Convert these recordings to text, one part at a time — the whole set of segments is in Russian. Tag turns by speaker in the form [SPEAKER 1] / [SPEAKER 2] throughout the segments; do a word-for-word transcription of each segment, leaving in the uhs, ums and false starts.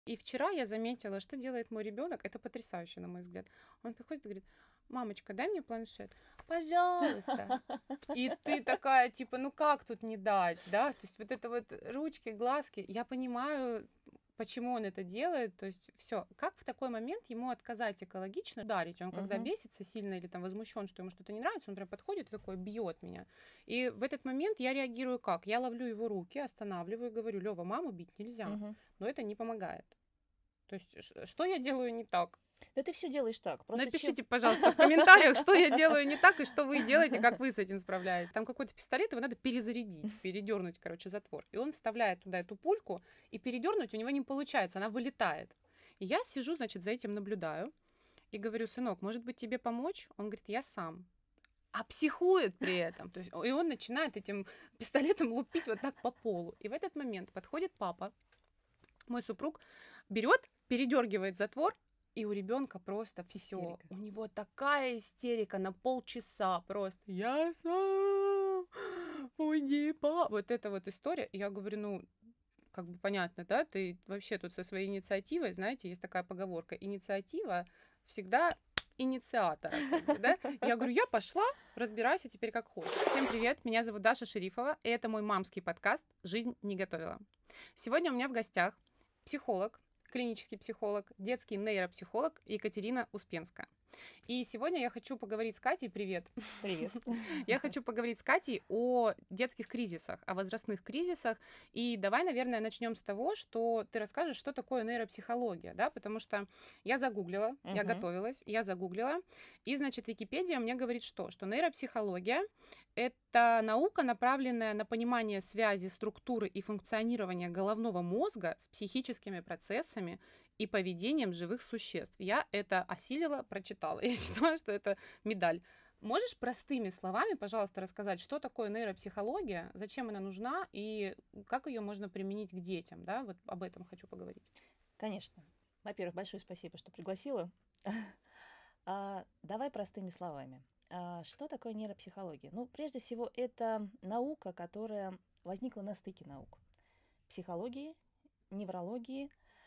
[SPEAKER 1] И вчера я заметила, что делает мой ребенок. Это потрясающе, на мой взгляд. Он приходит и говорит: мамочка, дай мне планшет. Пожалуйста. И ты такая, типа, ну как тут не дать, да? То есть вот это вот ручки, глазки. Я понимаю, почему он это делает. То есть все. Как в такой момент ему отказать экологично, ударить? Он когда
[SPEAKER 2] Мгм.
[SPEAKER 1] бесится сильно или там возмущен, что ему что-то не нравится, он прям подходит и такой бьет меня. И в этот момент я реагирую как? Я ловлю его руки, останавливаю и говорю: Лёва, маму бить нельзя.
[SPEAKER 2] Мгм.
[SPEAKER 1] Но это не помогает. То есть ш- что я делаю не так?
[SPEAKER 2] Да ты все делаешь так. Просто чем...
[SPEAKER 1] Напишите, пожалуйста, в комментариях, что я делаю не так и что вы делаете, как вы с этим справляетесь. Там какой-то пистолет, его надо перезарядить, передернуть, короче, затвор. И он вставляет туда эту пульку, и передернуть у него не получается, она вылетает. И я сижу, значит, за этим наблюдаю и говорю: сынок, может быть, тебе помочь? Он говорит: я сам. А психует при этом. То есть, и он начинает этим пистолетом лупить вот так по полу. И в этот момент подходит папа, мой супруг, берет, передергивает затвор, и у ребенка просто все.
[SPEAKER 2] Истерика.
[SPEAKER 1] У него такая истерика на полчаса просто. Я сам, уйди, па. Вот эта вот история. Я говорю, ну, как бы понятно, да, ты вообще тут со своей инициативой, знаете, есть такая поговорка: инициатива всегда инициатора, как бы, да. Я говорю: я пошла, разбирайся теперь как хочешь. Всем привет, меня зовут Даша Шерифова, и это мой мамский подкаст «Жизнь не готовила». Сегодня у меня в гостях психолог, клинический психолог, детский нейропсихолог Екатерина Успенская. И сегодня я хочу поговорить с Катей, привет,
[SPEAKER 2] Привет.
[SPEAKER 1] я хочу поговорить с Катей о детских кризисах, о возрастных кризисах. И давай, наверное, начнем с того, что ты расскажешь, что такое нейропсихология, да, потому что я загуглила, я
[SPEAKER 2] Мгм.
[SPEAKER 1] готовилась, я загуглила, и, значит, Википедия мне говорит что? Что нейропсихология — это наука, направленная на понимание связи, структуры и функционирования головного мозга с психическими процессами и поведением живых существ. Я это осилила, прочитала. Я считаю, что это медаль. Можешь простыми словами, пожалуйста, рассказать, что такое нейропсихология, зачем она нужна и как ее можно применить к детям, да? Вот об этом хочу поговорить.
[SPEAKER 2] Конечно. Во-первых, большое спасибо, что пригласила. А, давай простыми словами. А, что такое нейропсихология? Ну, прежде всего, это наука, которая возникла на стыке наук. Психологии, неврологии.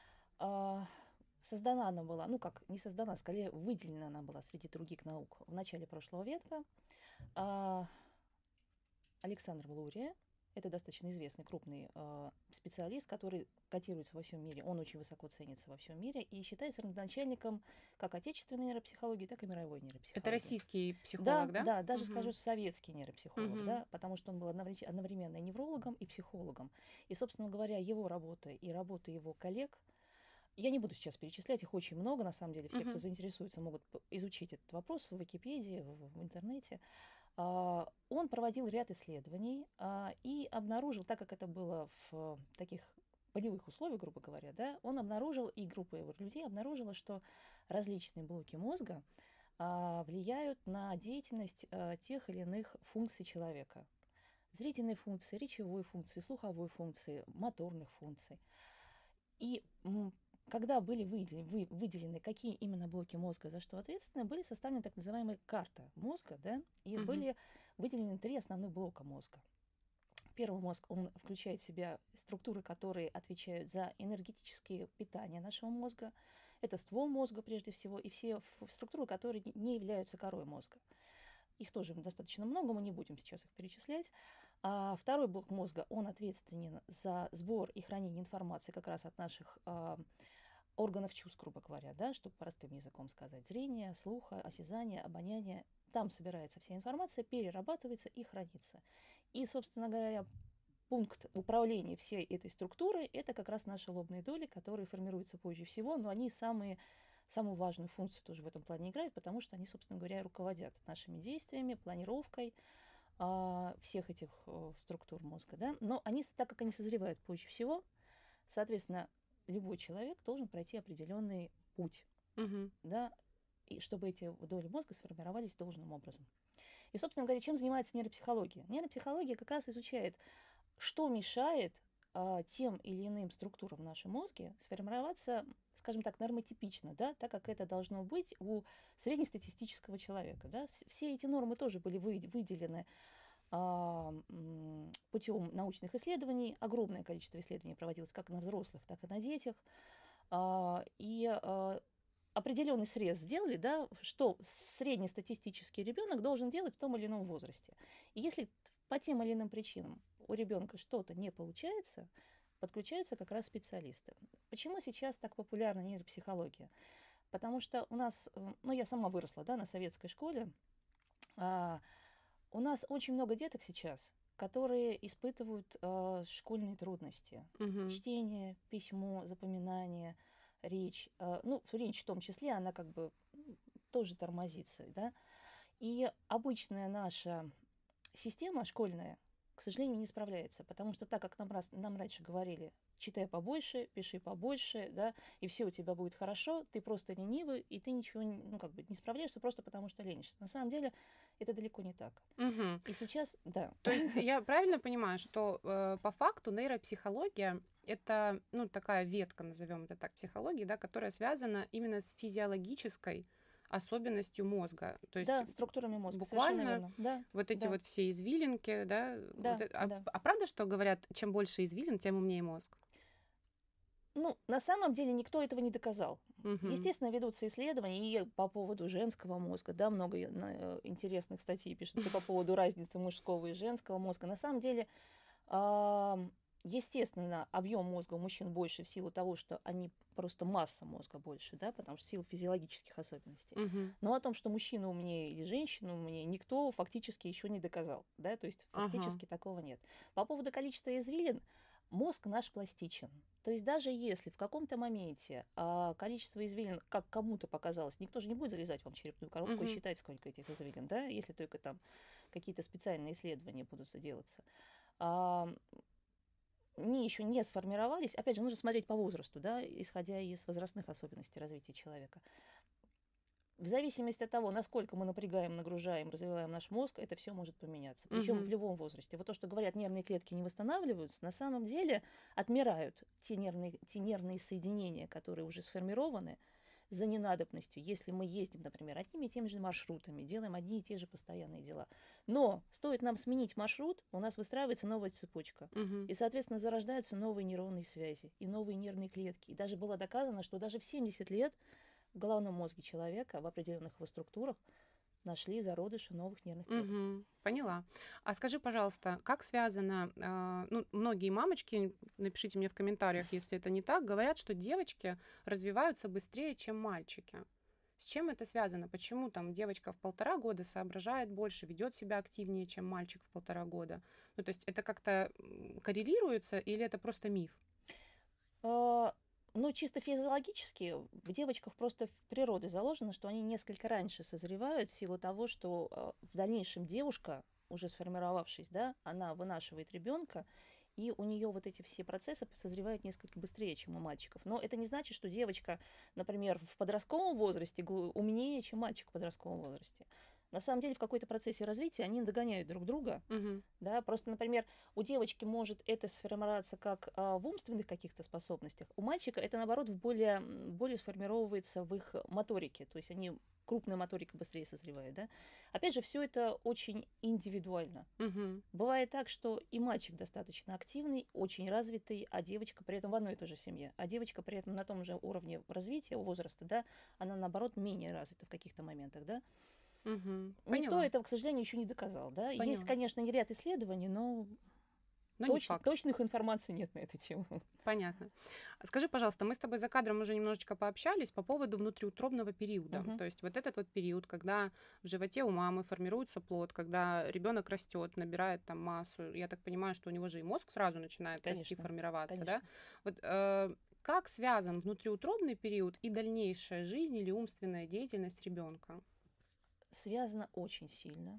[SPEAKER 2] А, создана она была, ну как, не создана, скорее выделена она была среди других наук в начале прошлого века. А, Александр Лурия. Это достаточно известный крупный э, специалист, который котируется во всем мире. Он очень высоко ценится во всем мире и считается родоначальником как отечественной нейропсихологии, так и мировой
[SPEAKER 1] Это
[SPEAKER 2] нейропсихологии.
[SPEAKER 1] российский
[SPEAKER 2] Да,
[SPEAKER 1] психолог, да?
[SPEAKER 2] да, даже скажу
[SPEAKER 1] Угу.
[SPEAKER 2] советский нейропсихолог,
[SPEAKER 1] Угу.
[SPEAKER 2] да, потому что он был одновременно и неврологом, и психологом. И, собственно говоря, его работа и работа его коллег, я не буду сейчас перечислять, их очень много, на самом деле, все, кто
[SPEAKER 1] Угу.
[SPEAKER 2] заинтересуется, могут изучить этот вопрос в Википедии, в, в интернете. А, Он проводил ряд исследований а, и обнаружил, так как это было в таких полевых условиях, грубо говоря, да, он обнаружил, и группа его людей обнаружила, что различные блоки мозга а, влияют на деятельность а, тех или иных функций человека. Зрительной функции, речевой функции, слуховой функции, моторных функций. И м, когда были выделены, вы, выделены, какие именно блоки мозга за что ответственны, были составлены так называемые карта мозга, да, и
[SPEAKER 1] Угу.
[SPEAKER 2] были выделены три основных блока мозга. Первый мозг, он включает в себя структуры, которые отвечают за энергетические питания нашего мозга. Это ствол мозга прежде всего, и все структуры, которые не являются корой мозга. Их тоже достаточно много, мы не будем сейчас их перечислять. А второй блок мозга, он ответственен за сбор и хранение информации как раз от наших а, органов чувств, грубо говоря, да, чтобы простым языком сказать, зрение, слуха, осязание, обоняние. Там собирается вся информация, перерабатывается и хранится. И, собственно говоря, пункт управления всей этой структурой – это как раз наши лобные доли, которые формируются позже всего, но они самые, самую важную функцию тоже в этом плане играют, потому что они, собственно говоря, руководят нашими действиями, планировкой а, всех этих а, структур мозга. Да? Но они, так как они созревают позже всего, соответственно, любой человек должен пройти определенный путь,
[SPEAKER 1] Угу.
[SPEAKER 2] да, и чтобы эти доли мозга сформировались должным образом. И, собственно говоря, чем занимается нейропсихология? Нейропсихология как раз изучает, что мешает а, тем или иным структурам в нашем мозге сформироваться, скажем так, нормотипично, да, так как это должно быть у среднестатистического человека. Да. Все эти нормы тоже были выделены а, путем научных исследований. Огромное количество исследований проводилось как на взрослых, так и на детях. а, и а, определенный срез сделали, да, что среднестатистический ребенок должен делать в том или ином возрасте. И если по тем или иным причинам у ребенка что-то не получается, подключаются как раз специалисты. Почему сейчас так популярна нейропсихология? Потому что у нас, э, ну я сама выросла, да, на советской школе, а, у нас очень много деток сейчас, которые испытывают а, школьные трудности.
[SPEAKER 1] Мгм.
[SPEAKER 2] Чтение, письмо, запоминание, речь. а, Ну, речь в том числе, она как бы м, тоже тормозится, да. И обычная наша система школьная, к сожалению, не справляется, потому что так как нам, раз, нам раньше говорили, читай побольше, пиши побольше, да, и все у тебя будет хорошо, ты просто ленивый, и ты ничего, не- ну, как бы не справляешься просто потому, что ленишься. На самом деле это далеко не так.
[SPEAKER 1] Мгм.
[SPEAKER 2] И сейчас, да,
[SPEAKER 1] То есть я правильно понимаю, что э, по факту нейропсихология это, ну, такая ветка, назовем это так, психологии, да, которая связана именно с физиологической особенностью мозга. То есть
[SPEAKER 2] да, структурами мозга, совершенно
[SPEAKER 1] буквально
[SPEAKER 2] верно. Да,
[SPEAKER 1] вот эти
[SPEAKER 2] да,
[SPEAKER 1] вот все извилинки, да, вот
[SPEAKER 2] да,
[SPEAKER 1] это- а,
[SPEAKER 2] да.
[SPEAKER 1] а правда, что говорят, чем больше извилин, тем умнее мозг?
[SPEAKER 2] Ну, на самом деле никто этого не доказал.
[SPEAKER 1] Мгм.
[SPEAKER 2] Естественно, ведутся исследования и по поводу женского мозга, да, много э, на- э, интересных статей пишется по поводу разницы мужского и женского мозга. На самом деле, ам, естественно, объем мозга у мужчин больше в силу того, что они просто масса мозга больше, да, потому что в силу физиологических особенностей.
[SPEAKER 1] Мгм.
[SPEAKER 2] Но о том, что мужчина умнее или женщина умнее, никто фактически еще не доказал, да, то есть
[SPEAKER 1] Ага.
[SPEAKER 2] фактически такого нет. По поводу количества извилин, мозг наш пластичен. То есть даже если в каком-то моменте а, количество извилин, как кому-то показалось, никто же не будет залезать вам в черепную коробку и
[SPEAKER 1] Мгм.
[SPEAKER 2] считать, сколько этих извилин, да, если только там какие-то специальные исследования будут делаться. А, они еще не сформировались. Опять же, нужно смотреть по возрасту, да, исходя из возрастных особенностей развития человека. В зависимости от того, насколько мы напрягаем, нагружаем, развиваем наш мозг, это все может поменяться. Причем в
[SPEAKER 1] Мгм.
[SPEAKER 2] любом возрасте. Вот то, что говорят, нервные клетки не восстанавливаются, на самом деле отмирают те нервные, те нервные соединения, которые уже сформированы за ненадобностью. Если мы ездим, например, одними и теми же маршрутами, делаем одни и те же постоянные дела. Но стоит нам сменить маршрут, у нас выстраивается новая цепочка.
[SPEAKER 1] Мгм.
[SPEAKER 2] И, соответственно, зарождаются новые нейронные связи и новые нервные клетки. И даже было доказано, что даже в семьдесят лет в головном мозге человека в определенных его структурах нашли зародыши новых нервных клеток.
[SPEAKER 1] Мгм. Поняла. А скажи, пожалуйста, как связано, а, ну, многие мамочки, напишите мне в комментариях, если это не так, говорят, что девочки развиваются быстрее, чем мальчики. С чем это связано? Почему там девочка в полтора года соображает больше, ведет себя активнее, чем мальчик в полтора года? Ну, то есть это как-то м, коррелируется или это просто миф?
[SPEAKER 2] А, Ну, чисто физиологически в девочках просто в природе заложено, что они несколько раньше созревают в силу того, что а, в дальнейшем девушка, уже сформировавшись, да, она вынашивает ребенка, и у нее вот эти все процессы созревают несколько быстрее, чем у мальчиков. Но это не значит, что девочка, например, в подростковом возрасте глу- умнее, чем мальчик в подростковом возрасте. На самом деле в какой-то процессе развития они догоняют друг друга,
[SPEAKER 1] Мгм.
[SPEAKER 2] да, просто, например, у девочки может это сформироваться как а, в умственных каких-то способностях, у мальчика это, наоборот, в более, м, более сформировывается в их моторике, то есть они крупная моторика быстрее созревает, да. Опять же, все это очень индивидуально.
[SPEAKER 1] Мгм.
[SPEAKER 2] Бывает так, что и мальчик достаточно активный, очень развитый, а девочка при этом в одной и той же семье, а девочка при этом на том же уровне развития, возраста, да, она, наоборот, менее развита в каких-то моментах, да.
[SPEAKER 1] Мгм.
[SPEAKER 2] Никто
[SPEAKER 1] Поняла,
[SPEAKER 2] этого, к сожалению, еще не доказал, да. Есть,
[SPEAKER 1] поняла.
[SPEAKER 2] конечно, ряд исследований, но
[SPEAKER 1] Но не
[SPEAKER 2] точно,
[SPEAKER 1] факт.
[SPEAKER 2] точных информаций нет на эту тему.
[SPEAKER 1] Понятно. А скажи, пожалуйста, мы с тобой за кадром уже немножечко пообщались по поводу внутриутробного периода.
[SPEAKER 2] Мгм.
[SPEAKER 1] То есть вот этот вот период, когда в животе у мамы формируется плод, когда ребенок растет, набирает там массу. Я так понимаю, что у него же и мозг сразу начинает расти,
[SPEAKER 2] Конечно,
[SPEAKER 1] формироваться, да?
[SPEAKER 2] конечно.
[SPEAKER 1] Вот э, как связан внутриутробный период и дальнейшая жизнь или умственная деятельность ребенка?
[SPEAKER 2] Связано очень сильно,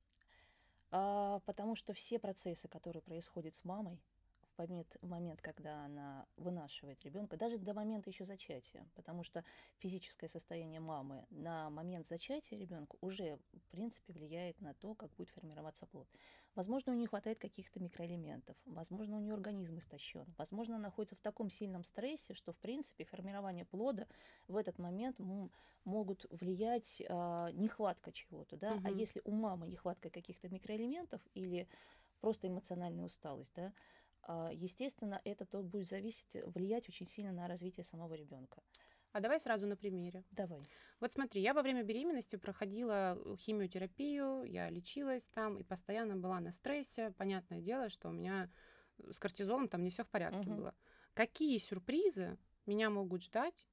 [SPEAKER 2] а, потому что все процессы, которые происходят с мамой в момент, в момент, когда она вынашивает ребенка, даже до момента еще зачатия, потому что физическое состояние мамы на момент зачатия ребенка уже, в принципе, влияет на то, как будет формироваться плод. Возможно, у нее не хватает каких-то микроэлементов, возможно, у нее организм истощен, возможно, она находится в таком сильном стрессе, что, в принципе, формирование плода в этот момент м- могут влиять а, нехватка чего-то, да, а
[SPEAKER 1] Мгм.
[SPEAKER 2] если у мамы нехватка каких-то микроэлементов или просто эмоциональная усталость, да, а, естественно, это то будет зависеть, влиять очень сильно на развитие самого ребенка.
[SPEAKER 1] А давай сразу на примере.
[SPEAKER 2] Давай.
[SPEAKER 1] Вот смотри, я во время беременности проходила э, химиотерапию, я лечилась там и постоянно была на стрессе. Понятное дело, что у меня э, с кортизолом там не все в порядке
[SPEAKER 2] Мгм.
[SPEAKER 1] было. Какие сюрпризы меня могут ждать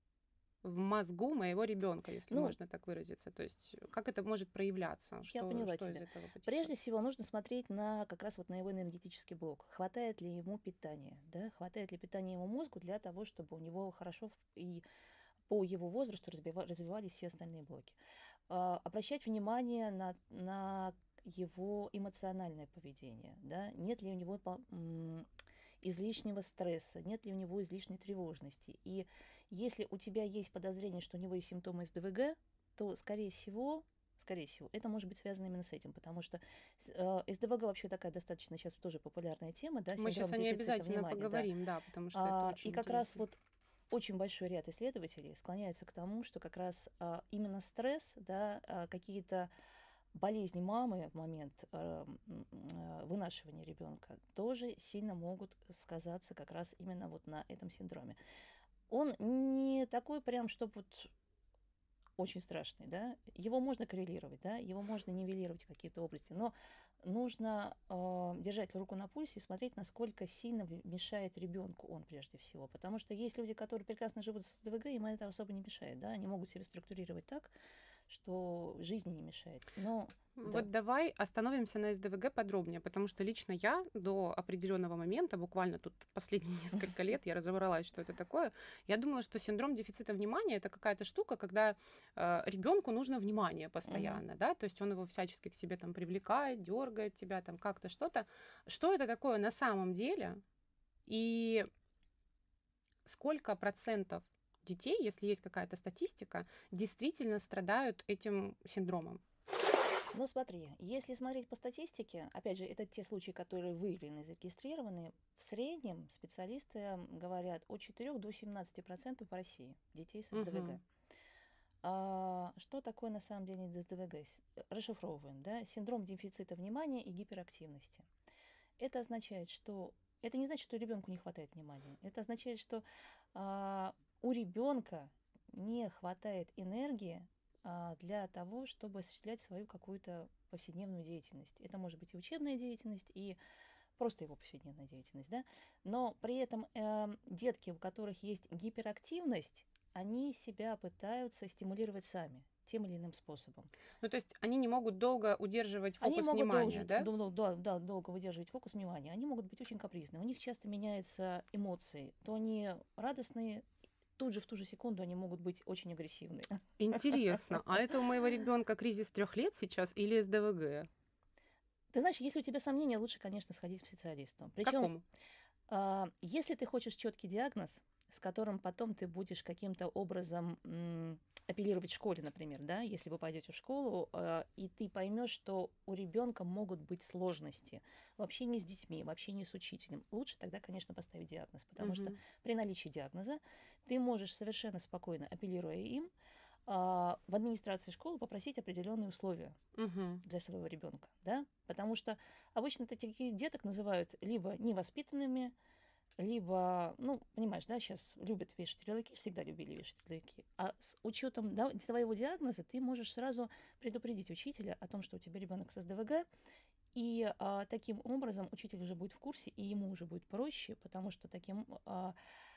[SPEAKER 1] в мозгу моего ребенка, если
[SPEAKER 2] Ну,
[SPEAKER 1] можно так выразиться? То есть э, как это может проявляться?
[SPEAKER 2] я
[SPEAKER 1] Что,
[SPEAKER 2] поняла
[SPEAKER 1] что из
[SPEAKER 2] тебя.
[SPEAKER 1] этого потечет?
[SPEAKER 2] Прежде всего нужно смотреть на как раз вот на его энергетический блок. Хватает ли ему питания, да? Хватает ли питания ему мозгу для того, чтобы у него хорошо в- и по его возрасту разбива- развивались все остальные блоки. А, обращать внимание на, на его эмоциональное поведение, да? Нет ли у него пол- м, излишнего стресса, нет ли у него излишней тревожности. И если у тебя есть подозрение, что у него есть симптомы эс дэ вэ гэ, то, скорее всего, скорее всего, это может быть связано именно с этим, потому что с- э, эс дэ вэ гэ вообще такая достаточно сейчас тоже популярная тема, да,
[SPEAKER 1] Мы сейчас
[SPEAKER 2] синдром
[SPEAKER 1] о ней
[SPEAKER 2] дефицита
[SPEAKER 1] обязательно
[SPEAKER 2] внимания, да.
[SPEAKER 1] поговорим, да, потому что это
[SPEAKER 2] А, и
[SPEAKER 1] очень
[SPEAKER 2] как раз
[SPEAKER 1] интересно.
[SPEAKER 2] вот очень большой ряд исследователей склоняется к тому, что как раз а, именно стресс, да, а, какие-то болезни мамы в момент э, м, э, вынашивания ребенка тоже сильно могут сказаться как раз именно вот на этом синдроме. Он не такой прям, чтобы вот очень страшный, да, его можно коррелировать, да, его можно нивелировать в какие-то области, но нужно э, держать руку на пульсе и смотреть, насколько сильно в- мешает ребенку он прежде всего, потому что есть люди, которые прекрасно живут с эс дэ вэ гэ, им это особо не мешает, да, они могут себя структурировать так, что жизни не мешает, но да.
[SPEAKER 1] Вот давай остановимся на эс дэ вэ гэ подробнее, потому что лично я до определенного момента, буквально тут последние несколько лет, я разобралась, что это такое. Я думала, что синдром дефицита внимания это какая-то штука, когда э, ребенку нужно внимание
[SPEAKER 2] Мгм.
[SPEAKER 1] постоянно, да, то есть он его всячески к себе там привлекает, дергает тебя там как-то что-то. Что это такое на самом деле? И сколько процентов детей, если есть какая-то статистика, действительно страдают этим синдромом?
[SPEAKER 2] Ну, смотри, если смотреть по статистике, опять же, это те случаи, которые выявлены, зарегистрированы, в среднем специалисты говорят от четырёх до семнадцати процентов в России детей с эс дэ вэ гэ.
[SPEAKER 1] Мгм.
[SPEAKER 2] А что такое на самом деле эс дэ вэ гэ? С- Расшифровываем, да? Синдром дефицита внимания и гиперактивности. Это означает, что это не значит, что ребенку не хватает внимания. Это означает, что а, у ребенка не хватает энергии а, для того, чтобы осуществлять свою какую-то повседневную деятельность. Это может быть и учебная деятельность, и просто его повседневная деятельность, да. Но при этом э, детки, у которых есть гиперактивность, они себя пытаются стимулировать сами тем или иным способом.
[SPEAKER 1] Ну, то есть они не могут долго удерживать
[SPEAKER 2] Они
[SPEAKER 1] фокус
[SPEAKER 2] могут
[SPEAKER 1] внимания,
[SPEAKER 2] долго,
[SPEAKER 1] да?
[SPEAKER 2] дол- да, да, долго выдерживать фокус внимания. Они могут быть очень капризны. У них часто меняются эмоции. То они радостные, тут же в ту же секунду они могут быть очень агрессивны.
[SPEAKER 1] Интересно, а это у моего ребенка кризис трех лет сейчас или эс дэ вэ гэ?
[SPEAKER 2] Ты знаешь, если у тебя сомнения, лучше, конечно, сходить к специалисту.
[SPEAKER 1] К
[SPEAKER 2] Причем,
[SPEAKER 1] какому?
[SPEAKER 2] а, если ты хочешь четкий диагноз, с которым потом ты будешь каким-то образом м, апеллировать в школе, например, да, если вы пойдете в школу, а, и ты поймешь, что у ребенка могут быть сложности в общении с детьми, в общении с учителем, лучше тогда, конечно, поставить диагноз, потому что
[SPEAKER 1] Мгм.
[SPEAKER 2] при наличии диагноза ты можешь совершенно спокойно, апеллируя им, а, в администрации школы попросить определенные условия
[SPEAKER 1] Мгм.
[SPEAKER 2] для своего ребенка, да, потому что обычно таких деток называют либо невоспитанными, либо, ну, понимаешь, да, сейчас любят вешать ярлыки, всегда любили вешать ярлыки, а с учетом да, своего диагноза ты можешь сразу предупредить учителя о том, что у тебя ребенок с эс дэ вэ гэ, и а, таким образом учитель уже будет в курсе, и ему уже будет проще, потому что таким а,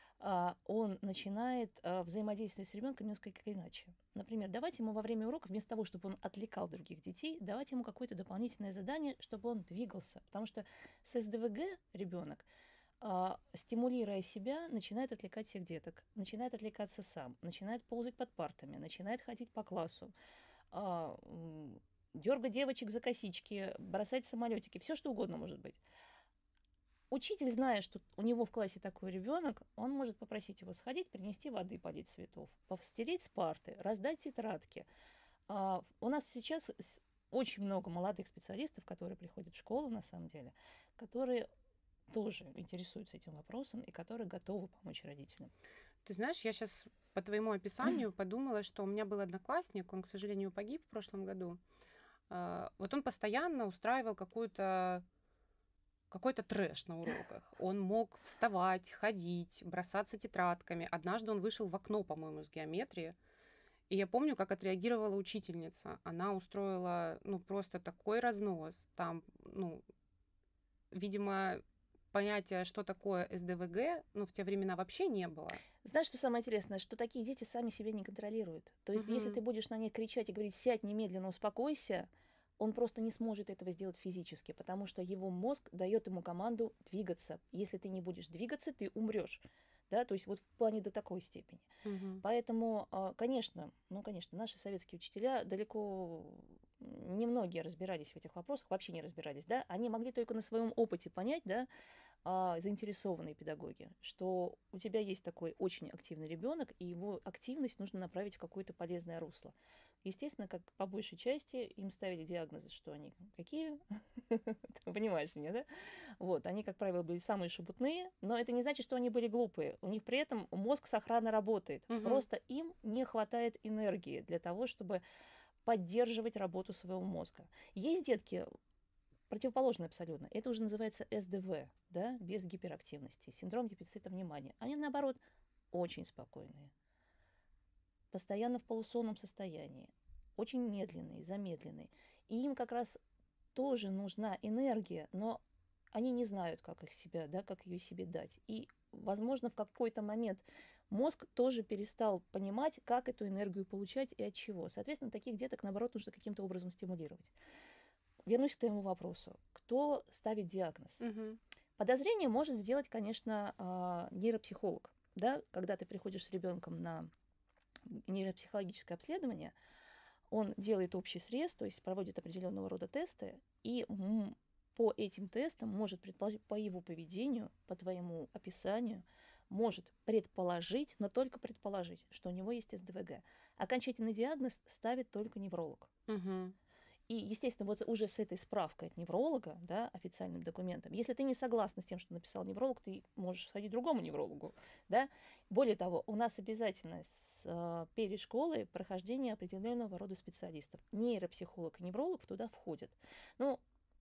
[SPEAKER 2] а, он начинает а, взаимодействовать с ребенком несколько иначе. Например, давать ему во время урока, вместо того, чтобы он отвлекал других детей, давать ему какое-то дополнительное задание, чтобы он двигался. Потому что с эс дэ вэ гэ ребенок, а, стимулируя себя, начинает отвлекать всех деток, начинает отвлекаться сам, начинает ползать под партами, начинает ходить по классу, а, м, дергать девочек за косички, бросать самолетики, все что угодно может быть. Учитель, зная, что у него в классе такой ребенок, он может попросить его сходить, принести воды, полить цветов, постереть с парты, раздать тетрадки. А, у нас сейчас с- очень много молодых специалистов, которые приходят в школу, на самом деле, которые тоже интересуются этим вопросом и которые готовы помочь родителям.
[SPEAKER 1] Ты знаешь, я сейчас по твоему описанию подумала, что у меня был одноклассник, он, к сожалению, погиб в прошлом году. А, Вот он постоянно устраивал какую-то какой-то трэш на уроках. Он мог вставать, ходить, бросаться тетрадками. Однажды он вышел в окно, по-моему, с геометрии. И я помню, как отреагировала учительница. Она устроила, ну, просто такой разнос. Там, ну, видимо, понятия, что такое эс дэ вэ гэ, ну, в те времена вообще не было.
[SPEAKER 2] Знаешь, что самое интересное? Что такие дети сами себя не контролируют. То есть, если
[SPEAKER 1] Мгм.
[SPEAKER 2] ты будешь на них кричать и говорить: сядь немедленно, успокойся, он просто не сможет этого сделать физически, потому что его мозг дает ему команду двигаться. Если ты не будешь двигаться, ты умрешь. Да, то есть вот в плане до такой степени.
[SPEAKER 1] Мгм.
[SPEAKER 2] Поэтому, а, конечно, ну, конечно, наши советские учителя далеко немногие разбирались в этих вопросах, вообще не разбирались, да, они могли только на своем опыте понять, да, а, заинтересованные педагоги, что у тебя есть такой очень активный ребенок, и его активность нужно направить в какое-то полезное русло. Естественно, как по большей части им ставили диагнозы, что они какие, ты понимаешь меня, да? Вот, они, как правило, были самые шебутные, но это не значит, что они были глупые. У них при этом мозг сохранно работает.
[SPEAKER 1] Мгм.
[SPEAKER 2] Просто им не хватает энергии для того, чтобы поддерживать работу своего мозга. Есть детки, противоположное абсолютно. Это уже называется эс дэ вэ, да, без гиперактивности, синдром дефицита внимания. Они, наоборот, очень спокойные, постоянно в полусонном состоянии, очень медленные, замедленные. И им как раз тоже нужна энергия, но они не знают, как их себя, да, как ее себе дать. И, возможно, в какой-то момент мозг тоже перестал понимать, как эту энергию получать и от чего. Соответственно, таких деток, наоборот, нужно каким-то образом стимулировать. Вернусь к твоему вопросу. Кто ставит диагноз?
[SPEAKER 1] Мгм.
[SPEAKER 2] Подозрение может сделать, конечно, а, нейропсихолог. Да? Когда ты приходишь с ребенком на нейропсихологическое обследование, он делает общий срез, то есть проводит определенного рода тесты, и м, по этим тестам может предположить, по его поведению, по твоему описанию, может предположить, но только предположить, что у него есть эс дэ вэ гэ. Окончательный диагноз ставит только невролог.
[SPEAKER 1] Мгм.
[SPEAKER 2] И, естественно, вот уже с этой справкой от невролога, да, официальным документом, если ты не согласна с тем, что написал невролог, ты можешь сходить к другому неврологу, да. Более того, у нас обязательно с, э, перед школой прохождение определенного рода специалистов. Нейропсихолог и невролог туда входят. Ну,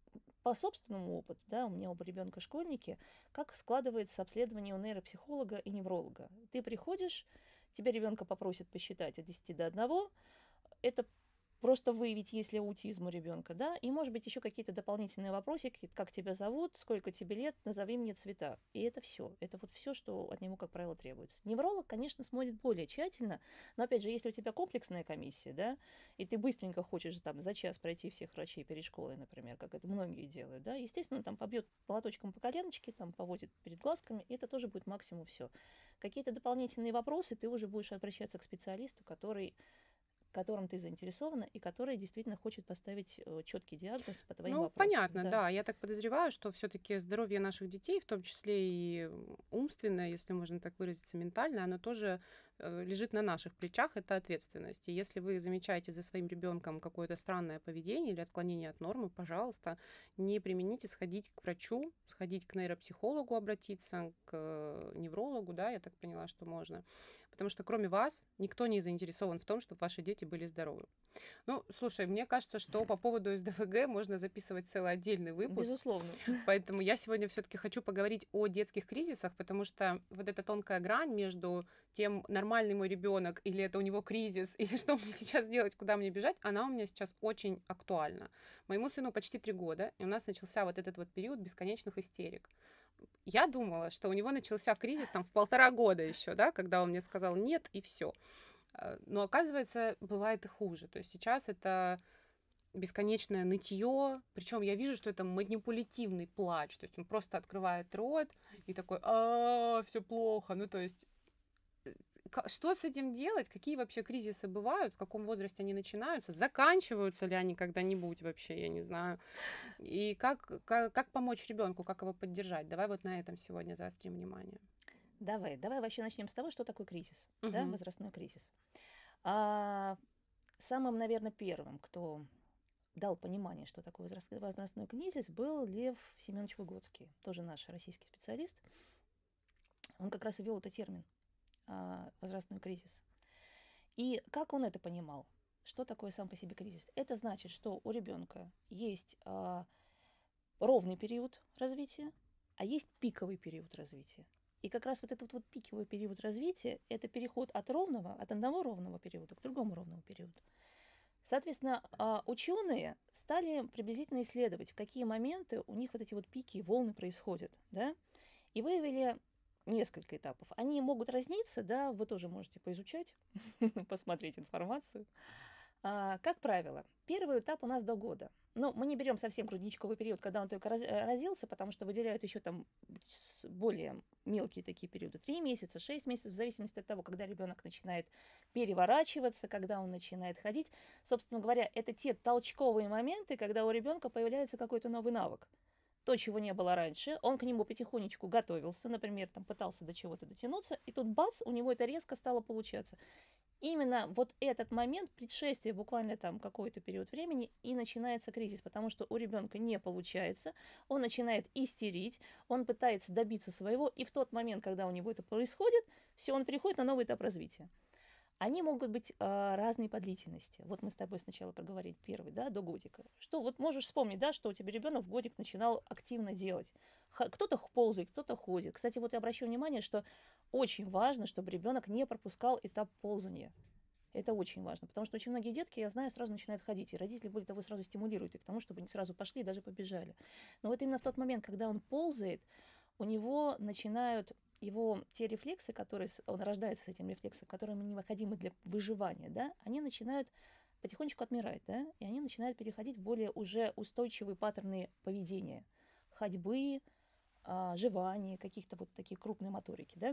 [SPEAKER 2] по собственному опыту, да, у меня оба ребенка школьники, как складывается обследование у нейропсихолога и невролога. Ты приходишь, тебя ребенка попросят посчитать от десяти до одного, это просто выявить, есть ли аутизм у ребенка, да, и, может быть, еще какие-то дополнительные вопросики, как тебя зовут, сколько тебе лет, назови мне цвета. И это все. Это вот все, что от него, как правило, требуется. Невролог, конечно, смотрит более тщательно, но, опять же, если у тебя комплексная комиссия, да, и ты быстренько хочешь там за час пройти всех врачей перед школой, например, как это многие делают, да, естественно, там побьет молоточком по коленочке, там поводит перед глазками, и это тоже будет максимум все. Какие-то дополнительные вопросы ты уже будешь обращаться к специалисту, который которым ты заинтересована и который действительно хочет поставить э, четкий диагноз по твоим
[SPEAKER 1] Ну,
[SPEAKER 2] вопросам.
[SPEAKER 1] понятно,
[SPEAKER 2] Да.
[SPEAKER 1] да. Я так подозреваю, что все-таки здоровье наших детей, в том числе и м, умственное, если можно так выразиться, ментальное, оно тоже э, лежит на наших плечах, это ответственность. И если вы замечаете за своим ребенком какое-то странное поведение или отклонение от нормы, пожалуйста, не примените сходить к врачу, сходить к нейропсихологу, обратиться к э, неврологу, да, я так поняла, что можно. Потому что кроме вас никто не заинтересован в том, чтобы ваши дети были здоровы. Ну, слушай, мне кажется, что по поводу эс дэ вэ гэ можно записывать целый отдельный выпуск.
[SPEAKER 2] Безусловно.
[SPEAKER 1] Поэтому я сегодня все-таки хочу поговорить о детских кризисах, потому что вот эта тонкая грань между тем, нормальный мой ребенок или это у него кризис, или что мне сейчас делать, куда мне бежать, она у меня сейчас очень актуальна. Моему сыну почти три года, и у нас начался вот этот вот период бесконечных истерик. Я думала, что у него начался кризис там в полтора года еще, да, когда он мне сказал нет и все. Но оказывается, бывает и хуже. То есть сейчас это бесконечное нытье, причем я вижу, что это манипулятивный плач, то есть он просто открывает рот и такой, а, все плохо, ну то есть ка- что с этим делать, какие вообще кризисы бывают, в каком возрасте они начинаются, заканчиваются ли они когда-нибудь вообще, я не знаю, и как, как, как помочь ребенку, как его поддержать, давай вот на этом сегодня заострим внимание.
[SPEAKER 2] Давай, давай вообще начнем с того, что такое кризис, да,
[SPEAKER 1] Мгм.
[SPEAKER 2] возрастной кризис. А, самым, наверное, первым, кто дал понимание, что такое возраст- возрастной кризис, был Лев Семенович Выгодский, тоже наш российский специалист. Он как раз и ввел этот термин а, возрастной кризис. И как он это понимал? Что такое сам по себе кризис? Это значит, что у ребенка есть а, ровный период развития, а есть пиковый период развития. И как раз вот этот вот пиковый период развития – это переход от ровного, от одного ровного периода к другому ровному периоду. Соответственно, ученые стали приблизительно исследовать, в какие моменты у них вот эти вот пики и волны происходят, да, и выявили несколько этапов. Они могут разниться, да, вы тоже можете поизучать, посмотреть информацию. А, как правило, первый этап у нас до года. Но мы не берем совсем грудничковый период, когда он только раз, родился, потому что выделяют еще там более мелкие такие периоды. Три месяца, шесть месяцев, в зависимости от того, когда ребенок начинает переворачиваться, когда он начинает ходить. Собственно говоря, это те толчковые моменты, когда у ребенка появляется какой-то новый навык. То, чего не было раньше, он к нему потихонечку готовился, например, там пытался до чего-то дотянуться, и тут бац, у него это резко стало получаться. Именно вот этот момент предшествия буквально там какой-то период времени и начинается кризис, потому что у ребенка не получается, он начинает истерить, он пытается добиться своего, и в тот момент, когда у него это происходит, все, он переходит на новый этап развития. Они могут быть э, разной по длительности. Вот мы с тобой сначала проговорили первый, да, до годика. Что вот можешь вспомнить, да, что у тебя ребенок в годик начинал активно делать. Х- кто-то ползает, кто-то ходит. Кстати, вот я обращу внимание, что очень важно, чтобы ребенок не пропускал этап ползания. Это очень важно, потому что очень многие детки, я знаю, сразу начинают ходить, и родители более того сразу стимулируют их к тому, чтобы они сразу пошли и даже побежали. Но вот именно в тот момент, когда он ползает, у него начинают его те рефлексы, которые он рождается с этим рефлексом, которые ему необходимы для выживания, да, они начинают потихонечку отмирать, да, и они начинают переходить в более уже устойчивые паттерны поведения, ходьбы, а, жевания, каких-то вот такие крупные моторики, да.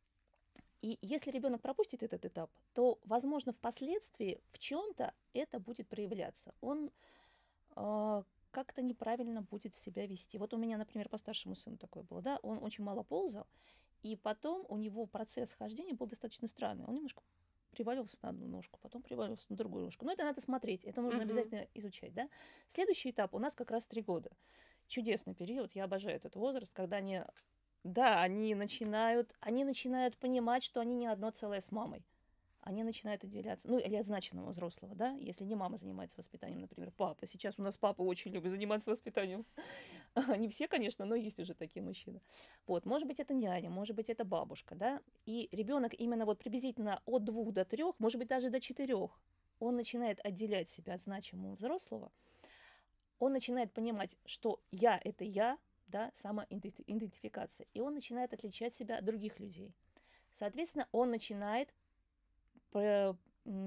[SPEAKER 2] И если ребенок пропустит этот этап, то, возможно, впоследствии в чем-то это будет проявляться. Он э, как-то неправильно будет себя вести. Вот у меня, например, по старшему сыну такое было, да, он очень мало ползал, и потом у него процесс хождения был достаточно странный. Он немножко приваливался на одну ножку, потом приваливался на другую ножку. Но это надо смотреть, это нужно uh-huh. обязательно изучать, да. Следующий этап у нас как раз три года. Чудесный период, я обожаю этот возраст, когда они... Да, они начинают, они начинают понимать, что они не одно целое с мамой. Они начинают отделяться, ну, или от значимого взрослого, да, если не мама занимается воспитанием, например, папа. Сейчас у нас папа очень любит заниматься воспитанием. Не все, конечно, но есть уже такие мужчины. Вот, может быть, это няня, может быть, это бабушка, да, и ребенок именно вот приблизительно от двух до трех, может быть, даже до четырех, он начинает отделять себя от значимого взрослого, он начинает понимать, что я – это я, да, самоидентификация. И он начинает отличать себя от других людей. Соответственно, он начинает про,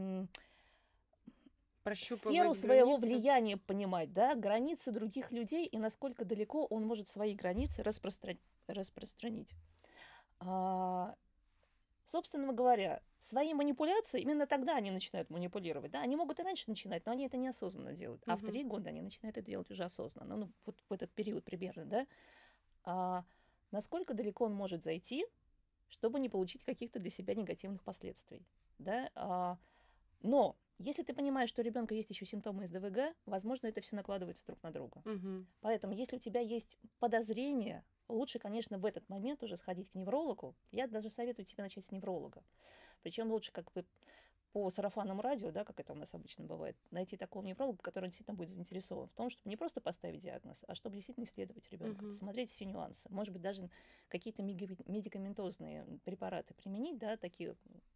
[SPEAKER 2] сферу своего границы. Влияния понимать, да, границы других людей и насколько далеко он может свои границы распростран... распространить. А, собственно говоря, свои манипуляции, именно тогда они начинают манипулировать. Да? Они могут и раньше начинать, но они это неосознанно делают. А uh-huh. в три года они начинают это делать уже осознанно. Ну, вот в этот период примерно, да. А, насколько далеко он может зайти, чтобы не получить каких-то для себя негативных последствий. Да? А, но если ты понимаешь, что у ребенка есть еще симптомы эс дэ вэ гэ, возможно, это все накладывается друг на друга. Uh-huh. Поэтому, если у тебя есть подозрение, лучше, конечно, в этот момент уже сходить к неврологу. Я даже советую тебе начать с невролога. Причем лучше как бы по сарафанному радио, да, как это у нас обычно бывает, найти такого невролога, который действительно будет заинтересован в том, чтобы не просто поставить диагноз, а чтобы действительно исследовать ребенка, uh-huh. посмотреть все нюансы. Может быть, даже какие-то медикаментозные препараты применить, да, такие...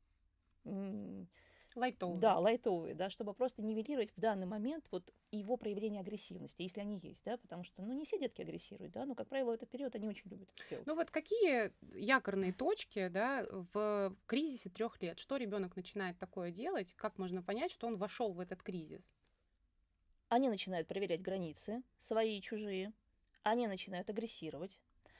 [SPEAKER 1] Лайтовые.
[SPEAKER 2] Да, лайтовые, да, чтобы просто нивелировать в данный момент вот его проявление агрессивности, если они есть, да, потому что, ну, не все детки агрессируют, да, но, как правило, в этот период они очень любят это делать.
[SPEAKER 1] Ну, вот какие якорные точки, да, в, в кризисе трех лет? Что ребенок начинает такое делать? Как можно понять, что он вошел в этот кризис?
[SPEAKER 2] Они начинают проверять границы, свои и чужие, они начинают агрессировать,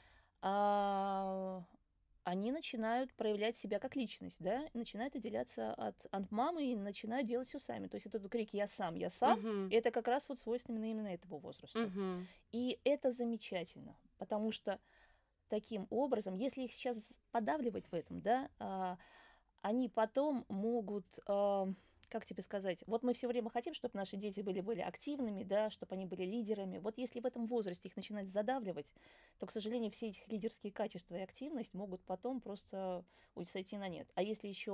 [SPEAKER 2] а... они начинают проявлять себя как личность, да, и начинают отделяться от, от мамы и начинают делать все сами. То есть этот крик «я сам, я сам» uh-huh. это как раз вот свойственно именно этому возрасту. Uh-huh. И это замечательно, потому что таким образом, если их сейчас подавливать в этом, да, а, они потом могут... А, как тебе сказать, вот мы все время хотим, чтобы наши дети были, были активными, да, чтобы они были лидерами. Вот если в этом возрасте их начинать задавливать, то, к сожалению, все эти лидерские качества и активность могут потом просто сойти на нет. А если еще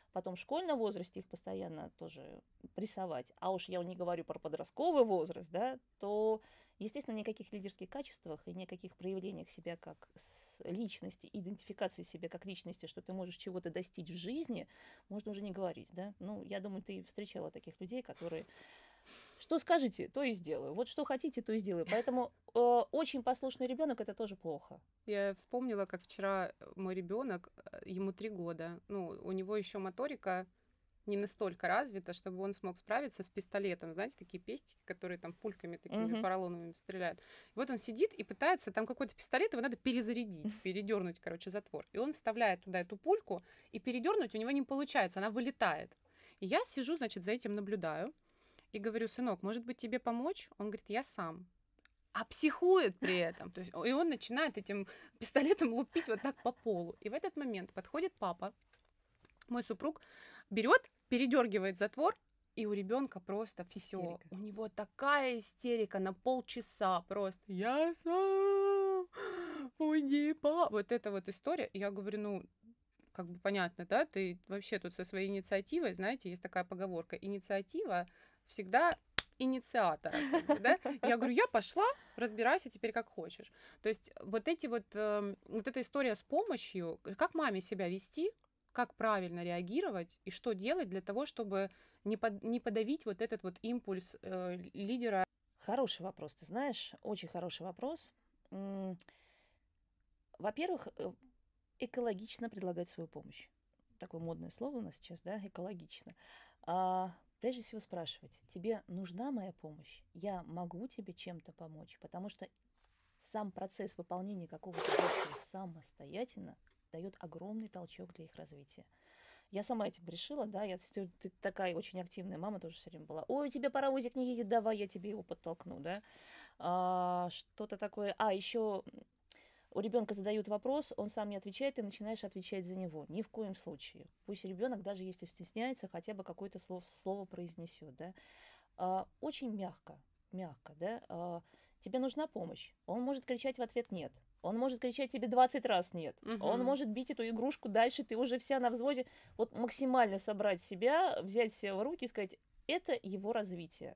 [SPEAKER 2] потом в школьном возрасте их постоянно тоже прессовать, а уж я не говорю про подростковый возраст, да, то, естественно, никаких лидерских качествах и никаких проявлениях себя как личности, идентификации себя как личности, что ты можешь чего-то достичь в жизни, можно уже не говорить, да. Ну, я думаю, ты встречала таких людей, которые... Что скажете, то и сделаю. Вот что хотите, то и сделаю. Поэтому э, очень послушный ребенок это тоже плохо.
[SPEAKER 1] Я вспомнила, как вчера мой ребенок, ему три года, ну, у него еще моторика не настолько развита, чтобы он смог справиться с пистолетом. Знаете, такие пестики, которые там пульками такими
[SPEAKER 2] Мгм.
[SPEAKER 1] поролоновыми стреляют. И вот он сидит и пытается, там какой-то пистолет, его надо перезарядить, передернуть, короче, затвор. И он вставляет туда эту пульку, и передернуть у него не получается, она вылетает. И я сижу, значит, за этим наблюдаю и говорю: сынок, может быть, тебе помочь? Он говорит: я сам. А психует при этом. То есть, и он начинает этим пистолетом лупить вот так по полу. И в этот момент подходит папа, мой супруг, берет, передергивает затвор, и у ребенка просто все.
[SPEAKER 2] Истерика.
[SPEAKER 1] У него такая истерика на полчаса просто. Я сам, уйди, папа. Вот эта вот история. И я говорю, ну, как бы понятно, да, ты вообще тут со своей инициативой, знаете, есть такая поговорка: инициатива всегда инициатора, как бы, да? Я говорю, я пошла, разбирайся теперь как хочешь. То есть вот эти вот, э, вот эта история с помощью, как маме себя вести, как правильно реагировать и что делать для того, чтобы не, под, не подавить вот этот вот импульс э, лидера.
[SPEAKER 2] Хороший вопрос, ты знаешь, очень хороший вопрос. М, Во-первых, э, экологично предлагать свою помощь. Такое модное слово у нас сейчас, да, экологично. А, прежде всего спрашивать, тебе нужна моя помощь? Я могу тебе чем-то помочь? Потому что сам процесс выполнения какого-то действия самостоятельно дает огромный толчок для их развития. Я сама этим грешила, да, я всё- ты такая очень активная мама тоже все время была. Ой, тебе паровозик не едет, давай я тебе его подтолкну, да. А, что-то такое. А, еще у ребенка задают вопрос, он сам не отвечает, ты начинаешь отвечать за него. Ни в коем случае. Пусть ребенок, даже если стесняется, хотя бы какое-то слово, слово произнесет, да. А, очень мягко, мягко, да. А, тебе нужна помощь. Он может кричать в ответ нет. Он может кричать тебе двадцать раз нет. Он
[SPEAKER 1] Мгм.
[SPEAKER 2] может бить эту игрушку дальше, ты уже вся на взводе. Вот максимально собрать себя, взять себя в руки и сказать, это его развитие.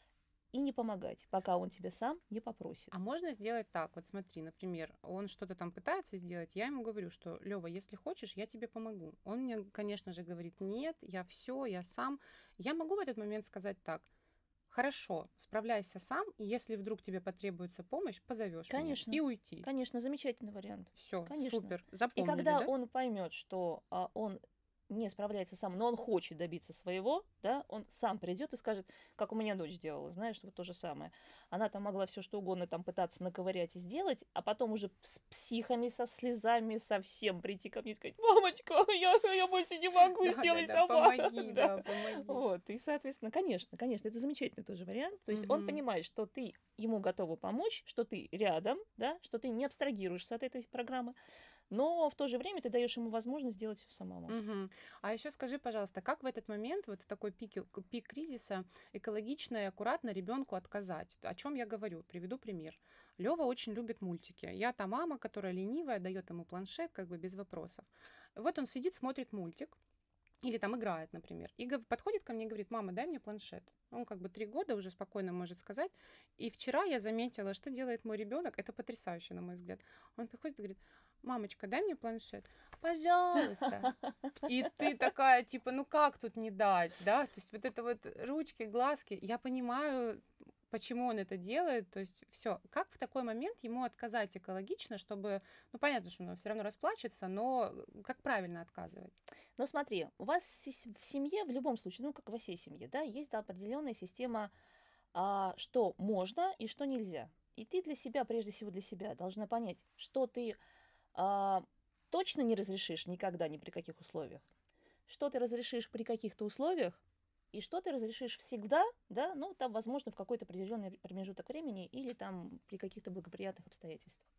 [SPEAKER 2] И не помогать, пока он тебя сам не попросит.
[SPEAKER 1] А можно сделать так, вот смотри, например, он что-то там пытается сделать, я ему говорю, что: Лёва, если хочешь, я тебе помогу. Он мне, конечно же, говорит: нет, я все, я сам. Я могу в этот момент сказать так: хорошо, справляйся сам, и если вдруг тебе потребуется помощь, позовешь меня,
[SPEAKER 2] Конечно,
[SPEAKER 1] и уйти.
[SPEAKER 2] конечно, замечательный вариант.
[SPEAKER 1] Все,
[SPEAKER 2] Конечно.
[SPEAKER 1] супер,
[SPEAKER 2] И
[SPEAKER 1] запомнили,
[SPEAKER 2] когда
[SPEAKER 1] да?
[SPEAKER 2] он поймет, что а, он не справляется сам, но он хочет добиться своего, да, он сам придет и скажет, как у меня дочь делала, знаешь, вот то же самое. Она там могла все что угодно там пытаться наковырять и сделать, а потом уже с психами, со слезами совсем прийти ко мне и сказать, мамочка, я, я больше не могу,
[SPEAKER 1] Да,
[SPEAKER 2] сделай
[SPEAKER 1] да, да,
[SPEAKER 2] сама.
[SPEAKER 1] помоги,
[SPEAKER 2] Да.
[SPEAKER 1] да, помоги.
[SPEAKER 2] Вот, и, соответственно, конечно, конечно, это замечательный тоже вариант. То есть он
[SPEAKER 1] Мгм.
[SPEAKER 2] понимает, что ты ему готова помочь, что ты рядом, да, что ты не абстрагируешься от этой программы, но в то же время ты даешь ему возможность сделать все самому.
[SPEAKER 1] Мгм. А еще скажи, пожалуйста, как в этот момент, вот в такой пике, к- пик кризиса, экологично и аккуратно ребенку отказать? О чем я говорю? Приведу пример. Лева очень любит мультики. Я та мама, которая ленивая, дает ему планшет, как бы без вопросов. Вот он сидит, смотрит мультик. Или там играет, например, и гов- подходит ко мне и говорит: мама, дай мне планшет. Он как бы три года уже спокойно может сказать. И вчера я заметила, что делает мой ребенок. Это потрясающе, на мой взгляд. Он приходит и говорит: мамочка, дай мне планшет. Пожалуйста. И ты такая, типа, ну как тут не дать, да? То есть вот это вот ручки, глазки. Я понимаю, почему он это делает. То есть все, как в такой момент ему отказать экологично, чтобы, ну понятно, что он все равно расплачется, но как правильно отказывать?
[SPEAKER 2] Но смотри, у вас сис- в семье в любом случае, ну как во всей семье, да, есть определенная система, а, что можно и что нельзя. И ты для себя, прежде всего для себя, должна понять, что ты а, точно не разрешишь никогда, ни при каких условиях, что ты разрешишь при каких-то условиях, и что ты разрешишь всегда, да, ну там, возможно, в какой-то определенный промежуток времени или там при каких-то благоприятных обстоятельствах.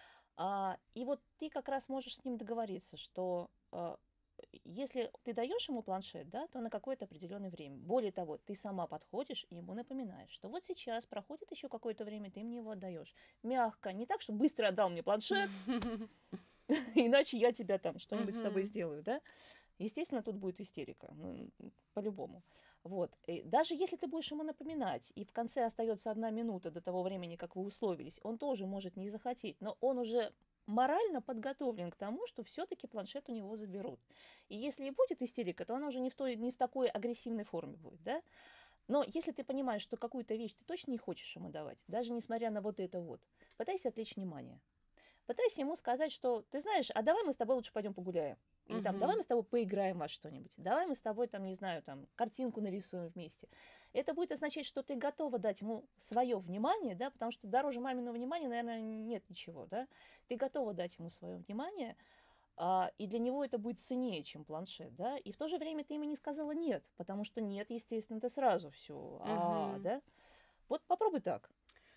[SPEAKER 2] А, и вот ты как раз можешь с ним договориться, что а, если ты даешь ему планшет, да, то на какое-то определенное время. Более того, ты сама подходишь и ему напоминаешь, что вот сейчас проходит еще какое-то время, ты мне его отдаешь. Мягко, не так, что быстро отдал мне планшет, иначе я тебя там что-нибудь с тобой
[SPEAKER 1] Мгм.
[SPEAKER 2] сделаю, да. естественно, тут будет истерика, ну, по-любому. Вот. И даже если ты будешь ему напоминать, и в конце остается одна минута до того времени, как вы условились, он тоже может не захотеть, но он уже морально подготовлен к тому, что все-таки планшет у него заберут. И если и будет истерика, то она уже не в, той, не в такой агрессивной форме будет, да? Но если ты понимаешь, что какую-то вещь ты точно не хочешь ему давать, даже несмотря на вот это вот, пытайся отвлечь внимание. Пытайся ему сказать, что, ты знаешь, а давай мы с тобой лучше пойдем погуляем. Или там, давай
[SPEAKER 1] Мгм.
[SPEAKER 2] мы с тобой поиграем во что-нибудь. Давай мы с тобой, там, не знаю, там, картинку нарисуем вместе. Это будет означать, что ты готова дать ему свое внимание, да, потому что дороже маминого внимания, наверное, нет ничего, да. Ты готова дать ему свое внимание, а, и для него это будет ценнее, чем планшет, да. И в то же время ты ему не сказала нет, потому что нет, естественно, ты сразу все, а,
[SPEAKER 1] Мгм.
[SPEAKER 2] да. Вот попробуй так.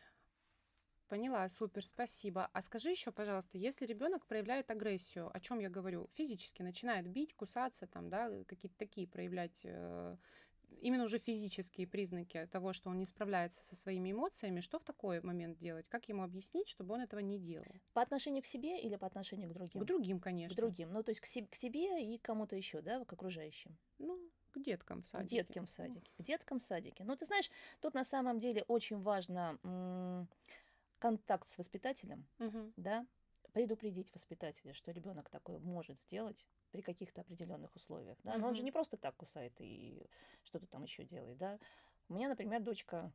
[SPEAKER 1] Поняла, супер, спасибо. А скажи еще, пожалуйста, если ребенок проявляет агрессию, о чем я говорю, физически начинает бить, кусаться, там, да, какие-то такие проявлять э, именно уже физические признаки того, что он не справляется со своими эмоциями, что в такой момент делать? Как ему объяснить, чтобы он этого не делал?
[SPEAKER 2] По отношению к себе или по отношению к
[SPEAKER 1] К
[SPEAKER 2] другим?
[SPEAKER 1] другим,
[SPEAKER 2] К
[SPEAKER 1] конечно.
[SPEAKER 2] другим. Ну, то есть к, се- к себе и к кому-то еще, да, к окружающим.
[SPEAKER 1] Ну, к деткам в
[SPEAKER 2] К
[SPEAKER 1] садике.
[SPEAKER 2] деткам в
[SPEAKER 1] Ну,
[SPEAKER 2] садике. К детском садике. Ну, ты знаешь, тут на самом деле очень важно м, контакт с воспитателем,
[SPEAKER 1] мгм,
[SPEAKER 2] да, предупредить воспитателя, что ребенок такое может сделать при каких-то определенных условиях, да, но он же
[SPEAKER 1] мгм.
[SPEAKER 2] не просто так кусает и что-то там еще делает, да. У меня, например, дочка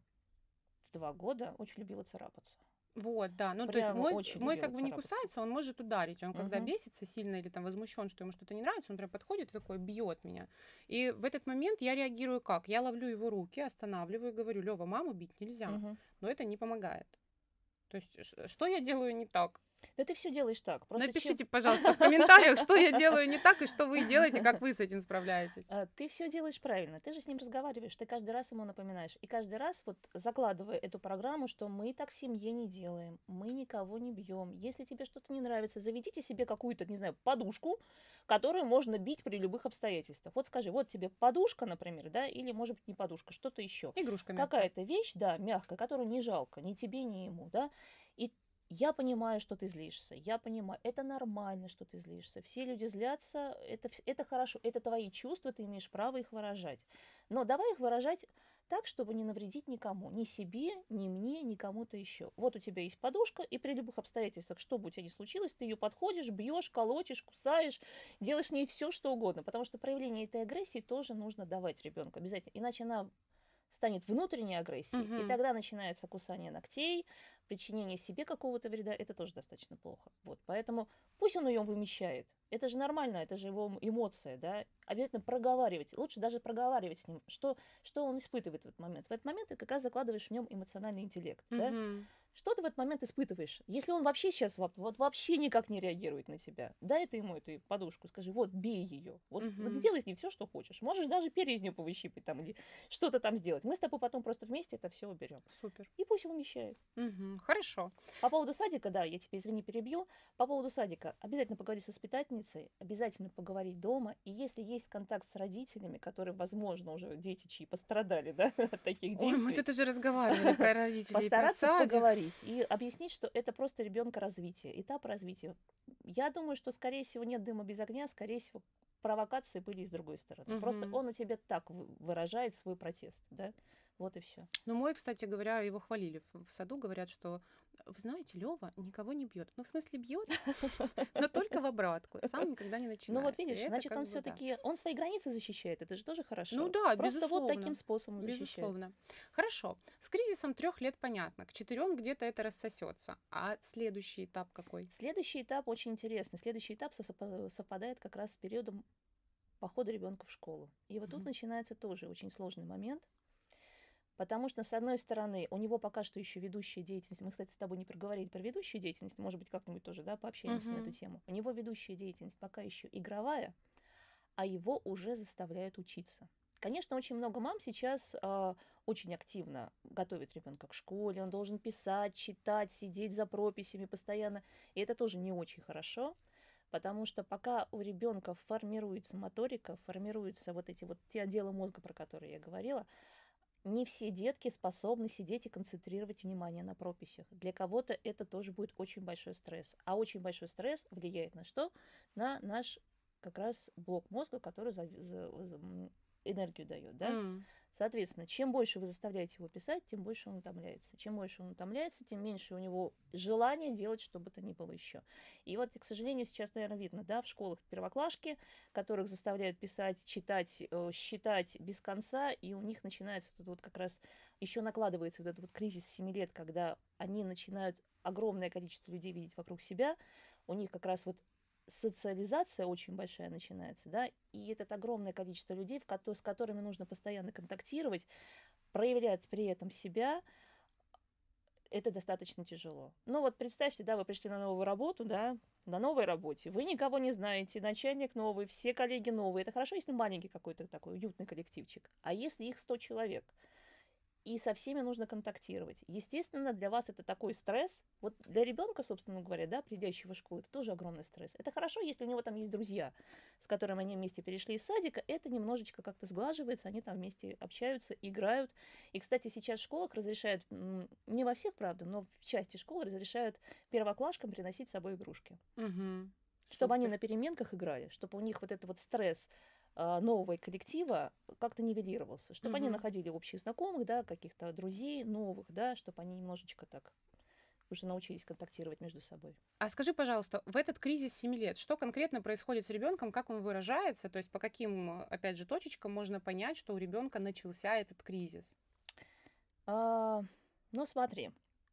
[SPEAKER 2] в два года очень любила царапаться.
[SPEAKER 1] Вот, да. Ну, то есть
[SPEAKER 2] Прямо
[SPEAKER 1] мой,
[SPEAKER 2] очень
[SPEAKER 1] мой
[SPEAKER 2] любила
[SPEAKER 1] как бы не
[SPEAKER 2] царапаться.
[SPEAKER 1] кусается, он может ударить. Он когда
[SPEAKER 2] Мгм.
[SPEAKER 1] бесится сильно или там возмущен, что ему что-то не нравится, он прям подходит и такой бьет меня. И в этот момент я реагирую как? Я ловлю его руки, останавливаю и говорю: Лева, маму бить нельзя.
[SPEAKER 2] Мгм.
[SPEAKER 1] Но это не помогает. То есть ш- что я делаю не так?
[SPEAKER 2] Да ты все делаешь так. Просто чем
[SPEAKER 1] Напишите, пожалуйста, в комментариях, что я делаю не так и что вы делаете, как вы с этим справляетесь.
[SPEAKER 2] А, ты все делаешь правильно. Ты же с ним разговариваешь, ты каждый раз ему напоминаешь. И каждый раз вот закладывая эту программу, что мы так в семье не делаем, мы никого не бьем. Если тебе что-то не нравится, заведите себе какую-то, не знаю, подушку, которую можно бить при любых обстоятельствах. Вот скажи, вот тебе подушка, например, да, или, может быть, не подушка, что-то еще.
[SPEAKER 1] Игрушка мягкая.
[SPEAKER 2] Какая-то вещь, да, мягкая, которую не жалко ни тебе, ни ему, да. И я понимаю, что ты злишься, я понимаю, это нормально, что ты злишься. Все люди злятся, это, вс- это хорошо, это твои чувства, ты имеешь право их выражать. Но давай их выражать так, чтобы не навредить никому, ни себе, ни мне, ни кому-то еще. Вот у тебя есть подушка, и при любых обстоятельствах, что бы у тебя ни случилось, ты ее подходишь, бьешь, колотишь, кусаешь, делаешь с ней все, что угодно, потому что проявление этой агрессии тоже нужно давать ребенку обязательно, иначе она станет внутренней агрессией, и
[SPEAKER 1] Мгм.
[SPEAKER 2] тогда начинается кусание ногтей, причинение себе какого-то вреда, это тоже достаточно плохо. Вот, поэтому пусть он ее вымещает. Это же нормально, это же его эмоция, да. Обязательно проговаривать, лучше даже проговаривать с ним, что, что он испытывает в этот момент. В этот момент ты как раз закладываешь в нем эмоциональный интеллект, да.
[SPEAKER 1] Мгм.
[SPEAKER 2] Что ты в этот момент испытываешь? Если он вообще сейчас вот, вот вообще никак не реагирует на тебя, дай ты ему эту подушку, скажи, вот, бей ее, вот, вот
[SPEAKER 1] Мгм.
[SPEAKER 2] сделай с ней все, что хочешь. Можешь даже перья из нее повыщипать там, или что-то там сделать. Мы с тобой потом просто вместе это все уберем.
[SPEAKER 1] Супер.
[SPEAKER 2] И пусть вымещает.
[SPEAKER 1] Мгм. Хорошо.
[SPEAKER 2] По поводу садика, да, я тебя, извини, перебью. По поводу садика, обязательно поговори с воспитательницей, обязательно поговорить дома. И если есть контакт с родителями, которые, возможно, уже дети чьи пострадали, да, от таких
[SPEAKER 1] Ой, мы
[SPEAKER 2] действий,
[SPEAKER 1] тут уже разговаривали про родителей и про
[SPEAKER 2] постараться
[SPEAKER 1] садик.
[SPEAKER 2] поговорить и объяснить, что это просто ребенка развитие, этап развития. Я думаю, что, скорее всего, нет дыма без огня, скорее всего, провокации были и с другой стороны. Просто
[SPEAKER 1] Мгм.
[SPEAKER 2] он у тебя так вы- выражает свой протест, да? Вот и все.
[SPEAKER 1] Ну, мой, кстати говоря, его хвалили в в саду, говорят, что, вы знаете, Лева никого не бьет. Ну, в смысле, бьет, но только в обратку. Сам никогда не
[SPEAKER 2] Ну вот
[SPEAKER 1] начинает. И
[SPEAKER 2] видишь,
[SPEAKER 1] это
[SPEAKER 2] значит,
[SPEAKER 1] как
[SPEAKER 2] он
[SPEAKER 1] бы да.
[SPEAKER 2] все-таки, он свои границы защищает, это же тоже
[SPEAKER 1] Ну
[SPEAKER 2] хорошо.
[SPEAKER 1] да,
[SPEAKER 2] Просто вот таким
[SPEAKER 1] безусловно.
[SPEAKER 2] способом защищает.
[SPEAKER 1] Безусловно. Хорошо. С кризисом трех лет понятно. К четырем где-то это рассосется. А следующий этап какой?
[SPEAKER 2] Следующий этап очень интересный. Следующий этап совпа- совпадает как раз с периодом похода ребенка в школу. И вот тут
[SPEAKER 1] Мгм.
[SPEAKER 2] начинается тоже очень сложный момент, потому что, с одной стороны, у него пока что еще ведущая деятельность. Мы, кстати, с тобой не проговорили про ведущую деятельность, может быть, как-нибудь тоже, да, пообщаемся на эту
[SPEAKER 1] Мгм.
[SPEAKER 2] тему. У него ведущая деятельность пока еще игровая, а его уже заставляют учиться. Конечно, очень много мам сейчас а, очень активно готовят ребенка к школе, он должен писать, читать, сидеть за прописями постоянно, и это тоже не очень хорошо, потому что пока у ребенка формируется моторика, формируются вот эти вот те отделы мозга, про которые я говорила, не все детки способны сидеть и концентрировать внимание на прописях. Для кого-то это тоже будет очень большой стресс. А очень большой стресс влияет на что? На наш как раз блок мозга, который за, за- за- м, энергию дает, да.
[SPEAKER 1] М.
[SPEAKER 2] Соответственно, чем больше вы заставляете его писать, тем больше он утомляется. Чем больше он утомляется, тем меньше у него желания делать что бы то ни было еще. И вот, к сожалению, сейчас, наверное, видно, да, в школах первоклашки, которых заставляют писать, читать, э, считать без конца, и у них начинается вот, вот как раз, еще накладывается вот этот вот кризис семи лет, когда они начинают огромное количество людей видеть вокруг себя, у них как раз вот социализация очень большая начинается, да, и это огромное количество людей, в кото- с которыми нужно постоянно контактировать, проявлять при этом себя, это достаточно тяжело. Ну вот представьте, да, вы пришли на новую работу, да, на новой работе, вы никого не знаете, начальник новый, все коллеги новые. Это хорошо, если маленький какой-то такой уютный коллективчик, а если их сто человек, и со всеми нужно контактировать. Естественно, для вас это такой стресс. Вот для ребенка, собственно говоря, да, придящего в школу, это тоже огромный стресс. Это хорошо, если у него там есть друзья, с которыми они вместе перешли из садика, это немножечко как-то сглаживается, они там вместе общаются, играют. И, кстати, сейчас в школах разрешают, м, не во всех, правда, но в части школ разрешают первоклашкам приносить с собой игрушки,
[SPEAKER 1] Мгм.
[SPEAKER 2] чтобы они
[SPEAKER 1] Супер.
[SPEAKER 2] на переменках играли, чтобы у них вот этот вот стресс а, нового коллектива как-то нивелировался, чтобы они
[SPEAKER 1] Мгм.
[SPEAKER 2] находили общих знакомых, да, каких-то друзей новых, да, чтобы они немножечко так уже научились контактировать между собой.
[SPEAKER 1] А скажи, пожалуйста, в этот кризис семи лет, что конкретно происходит с ребенком, как он выражается, то есть по каким, э, опять же, точечкам можно понять, что у ребенка начался этот кризис?
[SPEAKER 2] А, ну, смотри,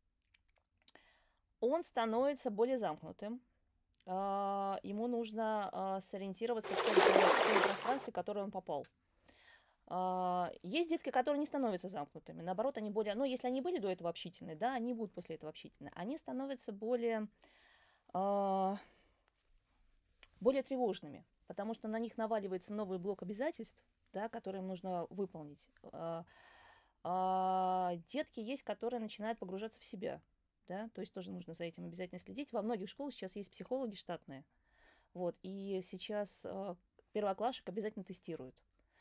[SPEAKER 2] он становится более замкнутым, а, ему нужно а, сориентироваться в том, в том пространстве, в которое он попал. А, Есть детки, которые не становятся замкнутыми. Наоборот, они более... Ну, если они были до этого общительны, да, они будут после этого общительны. Они становятся более, а, более тревожными, потому что на них наваливается новый блок обязательств, да, которые им нужно выполнить. А, а, Детки есть, которые начинают погружаться в себя, да, то есть тоже нужно за этим обязательно следить. Во многих школах сейчас есть психологи штатные, вот, и сейчас а, первоклашек обязательно тестируют.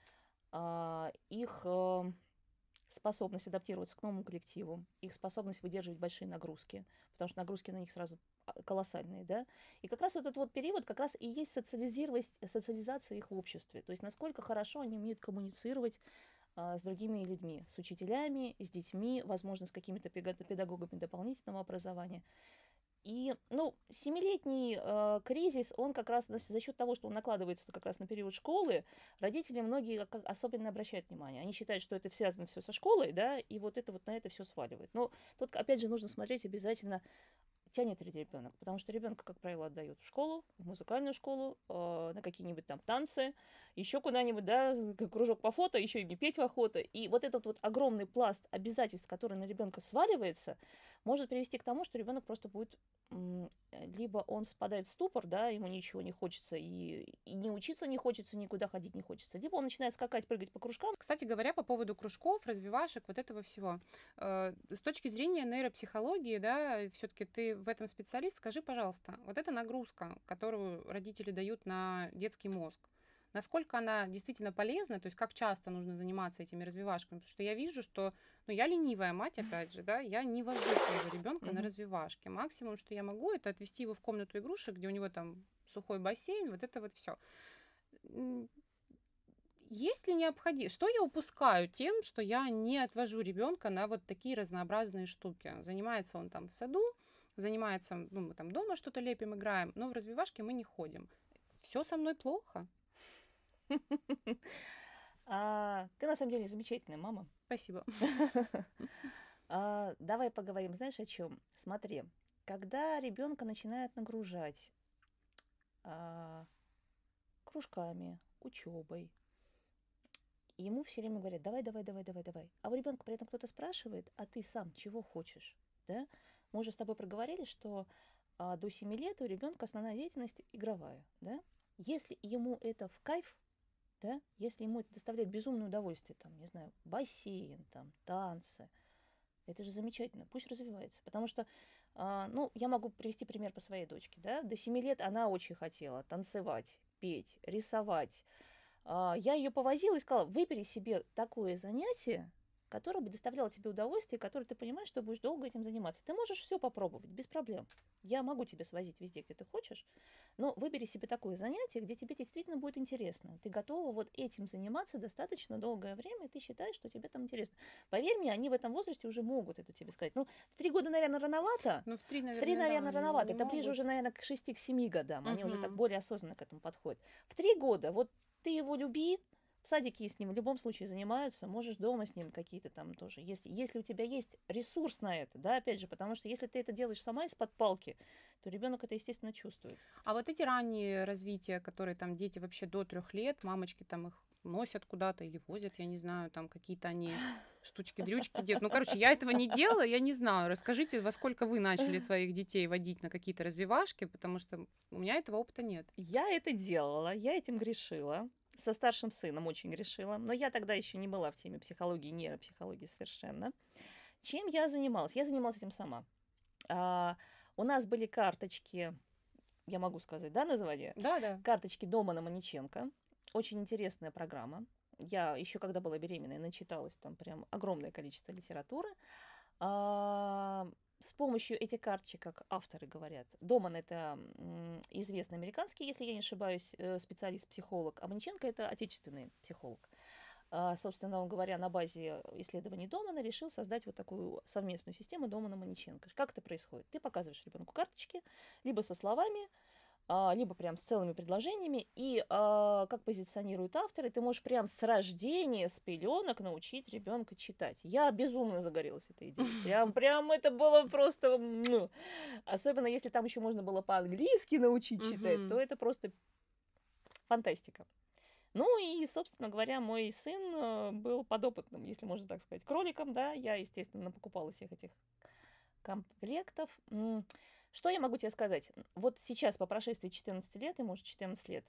[SPEAKER 2] А, Их э, способность адаптироваться к новому коллективу, их способность выдерживать большие нагрузки, потому что нагрузки на них сразу а, колоссальные, да. И как раз этот вот период как раз и есть социализировать, социализация их в обществе. То есть насколько хорошо они умеют коммуницировать а, с другими людьми, с учителями, с детьми, возможно, с какими-то пега- педагогами дополнительного образования. И, ну, семилетний э, кризис, он как раз за за счет того, что он накладывается как раз на период школы, родители многие как- особенно обращают внимание. Они считают, что это связано все со школой, да, и вот это вот на это все сваливают. Но тут, опять же, нужно смотреть обязательно, тянет ли ребенок, потому что ребенка, как правило, отдают в школу, в музыкальную школу, э, на какие-нибудь там танцы, еще куда-нибудь, да, к- кружок по фото, еще и не петь в охота. И вот этот вот огромный пласт обязательств, который на ребенка сваливается, может привести к тому, что ребенок просто будет м, э, либо он впадает в ступор, да, ему ничего не хочется, и, и не учиться не хочется, никуда ходить не хочется, либо он начинает скакать, прыгать по кружкам.
[SPEAKER 1] Кстати говоря, по поводу кружков, развивашек, вот этого всего. э, С точки зрения нейропсихологии, да, все-таки ты в этом специалист, скажи, пожалуйста, вот эта нагрузка, которую родители дают на детский мозг, насколько она действительно полезна, то есть как часто нужно заниматься этими развивашками, потому что я вижу, что, ну, я ленивая мать, опять же, да, я не вожу своего ребенка на
[SPEAKER 2] Мгм.
[SPEAKER 1] развивашки. Максимум, что я могу, это отвести его в комнату игрушек, где у него там сухой бассейн, вот это вот все. Есть ли необходимость? Что я упускаю тем, что я не отвожу ребенка на вот такие разнообразные штуки? Занимается он там в саду, занимается, ну, мы там дома что-то лепим, играем, но в развивашки мы не ходим. Все со мной плохо?
[SPEAKER 2] А, Ты на самом деле замечательная мама.
[SPEAKER 1] Спасибо.
[SPEAKER 2] А, Давай поговорим, знаешь, о чем? Смотри, когда ребенка начинают нагружать а, кружками, учебой, ему все время говорят, давай, давай, давай, давай, давай. А у ребенка при этом кто-то спрашивает, а ты сам чего хочешь, да? Мы уже с тобой проговорили, что а, до семи лет у ребенка основная деятельность игровая, да? Если ему это в кайф, да, если ему это доставляет безумное удовольствие, там, не знаю, бассейн, там, танцы, это же замечательно, пусть развивается. Потому что, а, ну, я могу привести пример по своей дочке, да, до семи лет она очень хотела танцевать, петь, рисовать. А, я ее повозила и сказала, выбери себе такое занятие, которая бы доставляла тебе удовольствие, которой ты понимаешь, что будешь долго этим заниматься. Ты можешь все попробовать, без проблем. Я могу тебя свозить везде, где ты хочешь, но выбери себе такое занятие, где тебе действительно будет интересно. Ты готова вот этим заниматься достаточно долгое время, и ты считаешь, что тебе там интересно. Поверь мне, они в этом возрасте уже могут это тебе сказать. Ну, в три года, наверное, рановато.
[SPEAKER 1] Ну, в три,
[SPEAKER 2] В три,
[SPEAKER 1] наверное, да,
[SPEAKER 2] наверное,
[SPEAKER 1] они
[SPEAKER 2] рановато. Это ближе
[SPEAKER 1] могут.
[SPEAKER 2] уже, наверное, к шести, к семи годам. Они уже так
[SPEAKER 1] Мгм.
[SPEAKER 2] более осознанно к этому подходят. В три года вот ты его люби, в садике с ним в любом случае занимаются, можешь дома с ним какие-то там тоже. Если, если у тебя есть ресурс на это, да, опять же, потому что если ты это делаешь сама из-под палки, то ребенок это, естественно, чувствует.
[SPEAKER 1] А вот эти ранние развития, которые там дети вообще до трех лет, мамочки там их носят куда-то или возят, я не знаю, там какие-то они штучки-дрючки делают. Ну, короче, я этого не делала, я не знаю. Расскажите, во сколько вы начали своих детей водить на какие-то развивашки, потому что у меня этого опыта нет.
[SPEAKER 2] Я это делала, я этим грешила. Со старшим сыном очень грешила, но я тогда еще не была в теме психологии, нейропсихологии совершенно. Чем я занималась? Я занималась этим сама. А, у нас были карточки, я могу сказать, да, название?
[SPEAKER 1] Да, да.
[SPEAKER 2] Карточки Домана Маниченко. Очень интересная программа. Я еще когда была беременной, начиталась там прям огромное количество литературы. А, с помощью этих карточек, как авторы говорят, Доман это м, известный американский, если я не ошибаюсь, э, специалист-психолог, а Маниченко это отечественный психолог. А, собственно говоря, на базе исследований Домана решил создать вот такую совместную систему Домана-Маниченко. Как это происходит? Ты показываешь ребенку карточки, либо со словами, а, либо прям с целыми предложениями, и а, как позиционируют авторы, ты можешь прям с рождения, с пеленок научить ребенка читать. Я безумно загорелась этой идеей. Прям, прям это было просто... ну, особенно если там еще можно было по-английски научить читать,
[SPEAKER 1] Мгм.
[SPEAKER 2] то это просто фантастика. Ну и, собственно говоря, мой сын э, был подопытным, если можно так сказать, кроликом, да. Я, естественно, покупала всех этих комплектов. М, Что я могу тебе сказать? Вот сейчас, по прошествии четырнадцати лет, ему уже четырнадцать лет,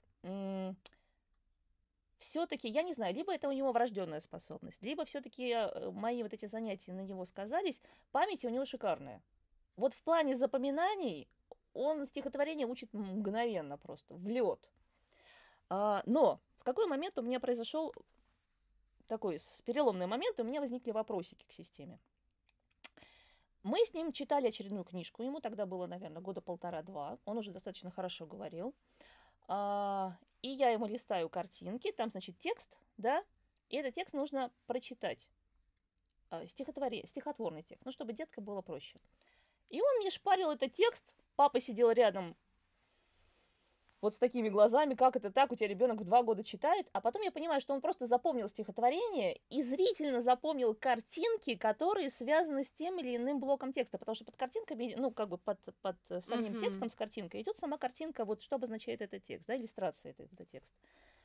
[SPEAKER 2] все-таки, я не знаю, либо это у него врожденная способность, либо все-таки мои вот эти занятия на него сказались, память у него шикарная. Вот в плане запоминаний он стихотворение учит мгновенно просто, в лед. Но в какой момент у меня произошел такой с- переломный момент, у меня возникли вопросики к системе. Мы с ним читали очередную книжку, ему тогда было, наверное, года полтора-два, он уже достаточно хорошо говорил. А, и я ему листаю картинки, там, значит, текст, да, и этот текст нужно прочитать. А, стихотворение, стихотворный текст, ну, чтобы детка было проще. И он мне шпарил этот текст, папа сидел рядом вот с такими глазами, как это так, у тебя ребенок в два года читает, а потом я понимаю, что он просто запомнил стихотворение и зрительно запомнил картинки, которые связаны с тем или иным блоком текста, потому что под картинками, ну, как бы под, под самим
[SPEAKER 1] Мгм.
[SPEAKER 2] текстом с картинкой идет сама картинка, вот что обозначает этот текст, да, иллюстрация это, это текст.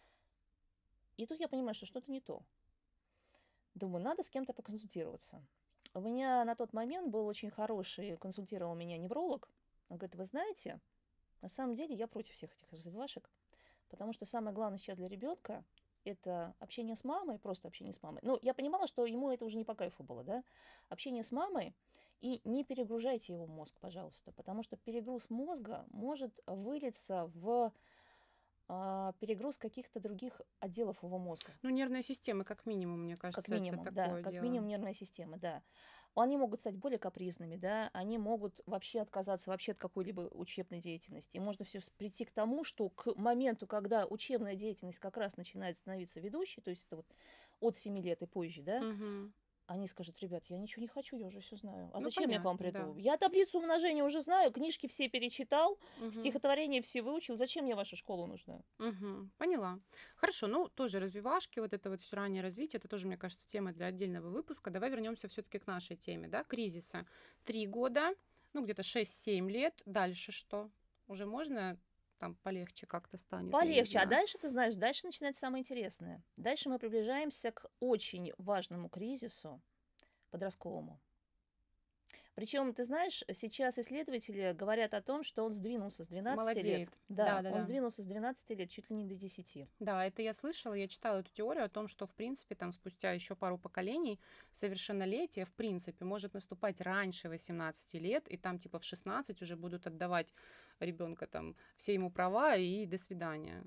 [SPEAKER 2] И тут я понимаю, что что-то не то. Думаю, надо с кем-то поконсультироваться. У меня на тот момент был очень хороший, консультировал меня невролог. Он говорит, вы знаете, на самом деле я против всех этих развивашек, потому что самое главное сейчас для ребенка это общение с мамой, просто общение с мамой. Ну, я понимала, что ему это уже не по кайфу было, да, общение с мамой, и не перегружайте его мозг, пожалуйста, потому что перегруз мозга может вылиться в а, перегруз каких-то других отделов его мозга.
[SPEAKER 1] Ну, нервная система, как минимум, мне
[SPEAKER 2] Как
[SPEAKER 1] кажется, это
[SPEAKER 2] минимум, да,
[SPEAKER 1] такое
[SPEAKER 2] как
[SPEAKER 1] дело.
[SPEAKER 2] минимум нервная система, да. Они могут стать более капризными, да, они могут вообще отказаться вообще от какой-либо учебной деятельности. И можно все прийти к тому, что к моменту, когда учебная деятельность как раз начинает становиться ведущей, то есть это вот от семи лет и позже, да,
[SPEAKER 1] Мгм.
[SPEAKER 2] они скажут, ребят, я ничего не хочу, я уже все знаю. А
[SPEAKER 1] Ну,
[SPEAKER 2] зачем я к вам
[SPEAKER 1] понятно, да.
[SPEAKER 2] приду? Я таблицу умножения уже знаю, книжки все перечитал,
[SPEAKER 1] Мгм.
[SPEAKER 2] стихотворения все выучил. Зачем мне ваша школа нужна?
[SPEAKER 1] Мгм. Поняла. Хорошо, ну тоже развивашки, вот это вот все раннее развитие, это тоже, мне кажется, тема для отдельного выпуска. Давай вернемся все-таки к нашей теме, да, кризиса. Три года, ну где-то шесть-семь лет. Дальше что? Уже можно там полегче как-то станет, я не
[SPEAKER 2] Полегче. А
[SPEAKER 1] знаю.
[SPEAKER 2] дальше, ты знаешь, дальше начинается самое интересное. Дальше мы приближаемся к очень важному кризису подростковому. Причем, ты знаешь, сейчас исследователи говорят о том, что он сдвинулся с двенадцати лет.
[SPEAKER 1] Молодеет.
[SPEAKER 2] Да,
[SPEAKER 1] Да, да,
[SPEAKER 2] он
[SPEAKER 1] да.
[SPEAKER 2] сдвинулся с двенадцати лет чуть ли не до десяти.
[SPEAKER 1] Да, это я слышала, я читала эту теорию о том, что, в принципе, там спустя еще пару поколений совершеннолетие, в принципе, может наступать раньше восемнадцати лет, и там типа в шестнадцать уже будут отдавать ребенка там все ему права и до свидания.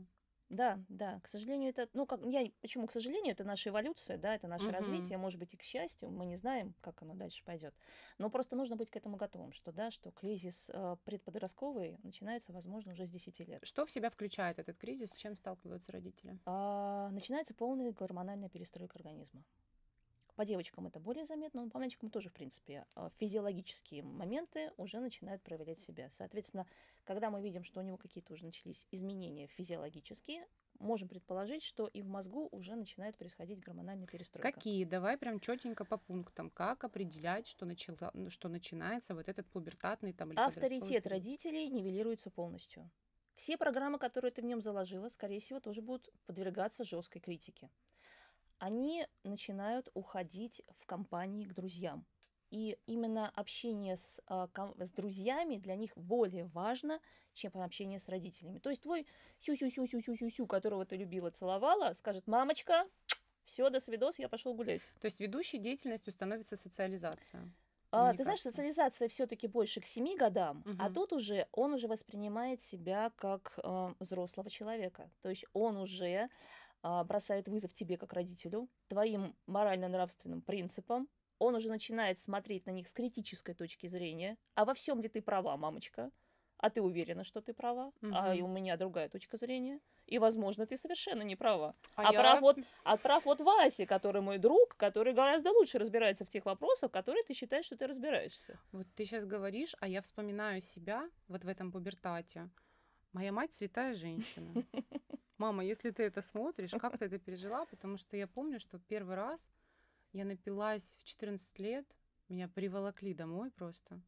[SPEAKER 2] Да, да, к сожалению, это, ну, как, я, не- почему, к сожалению, это наша эволюция, да, это наше
[SPEAKER 1] Мгм.
[SPEAKER 2] развитие, может быть, и к счастью, мы не знаем, как оно дальше пойдет, но просто нужно быть к этому готовым, что, да, что кризис э, предподростковый начинается, возможно, уже с десяти лет.
[SPEAKER 1] Что в себя включает этот кризис, с чем сталкиваются родители?
[SPEAKER 2] А, начинается полная гормональная перестройка организма. По девочкам это более заметно, но по мальчикам тоже, в принципе, а, физиологические моменты уже начинают проявлять себя. Соответственно, когда мы видим, что у него какие-то уже начались изменения физиологические, можем предположить, что и в мозгу уже начинает происходить гормональная перестройка.
[SPEAKER 1] Какие? Давай прям четенько по пунктам. Как определять, что, начала, ну, что начинается вот этот пубертатный там или подростковый
[SPEAKER 2] Авторитет
[SPEAKER 1] кризис?
[SPEAKER 2] родителей нивелируется полностью. Все программы, которые ты в нем заложила, скорее всего, тоже будут подвергаться жесткой критике. Они начинают уходить в компании к друзьям. И именно общение с, а, ком- с друзьями для них более важно, чем общение с родителями. То есть твой сю-сю-сю-сю-сю-сю, которого ты любила, целовала, скажет: мамочка, все, до свидос, я пошел гулять.
[SPEAKER 1] То есть ведущей деятельностью становится социализация,
[SPEAKER 2] А, ты знаешь,
[SPEAKER 1] коммуникация.
[SPEAKER 2] социализация все-таки больше к семи годам, а
[SPEAKER 1] Мгм.
[SPEAKER 2] тут уже он уже воспринимает себя как а, взрослого человека. То есть он уже а, бросает вызов тебе как родителю, твоим морально-нравственным принципам. Он уже начинает смотреть на них с критической точки зрения. А во всем ли ты права, мамочка? А ты уверена, что ты права? А и у
[SPEAKER 1] Мгм.
[SPEAKER 2] меня другая точка зрения. И, возможно, ты совершенно не права.
[SPEAKER 1] А
[SPEAKER 2] А прав
[SPEAKER 1] я
[SPEAKER 2] вот, а прав вот Вася, который мой друг, который гораздо лучше разбирается в тех вопросах, в которые ты считаешь, что ты разбираешься.
[SPEAKER 1] Вот ты сейчас говоришь, а я вспоминаю себя вот в этом пубертате. Моя мать святая женщина. Мама, если ты это смотришь, как ты это пережила? Потому что я помню, что первый раз я напилась в четырнадцать лет, меня приволокли домой просто.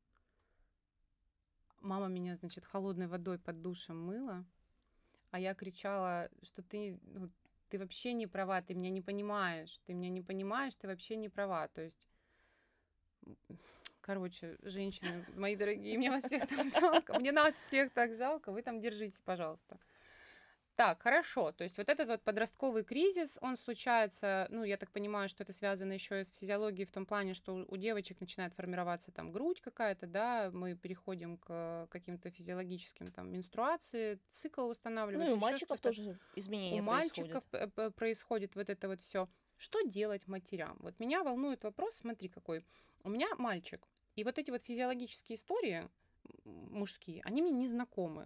[SPEAKER 1] Мама меня, значит, холодной водой под душем мыла, а я кричала, что ты, ну, ты вообще не права, ты меня не понимаешь, ты меня не понимаешь, ты вообще не права. То есть, короче, женщины, мои дорогие, мне вас всех так жалко, мне нас всех так жалко, вы там держитесь, пожалуйста. Так, хорошо. То есть вот этот вот подростковый кризис, он случается, ну, я так понимаю, что это связано еще и с физиологией в том плане, что у у девочек начинает формироваться там грудь какая-то, да, мы переходим к каким-то физиологическим там менструации, цикл
[SPEAKER 2] Ну и
[SPEAKER 1] восстанавливается,
[SPEAKER 2] у
[SPEAKER 1] еще
[SPEAKER 2] мальчиков
[SPEAKER 1] что-то.
[SPEAKER 2] тоже
[SPEAKER 1] У
[SPEAKER 2] изменения
[SPEAKER 1] мальчиков
[SPEAKER 2] происходят.
[SPEAKER 1] п- п- происходит вот это вот все. Что делать матерям? Вот меня волнует вопрос, смотри какой. У меня мальчик, и вот эти вот физиологические истории м, мужские, они мне не знакомы.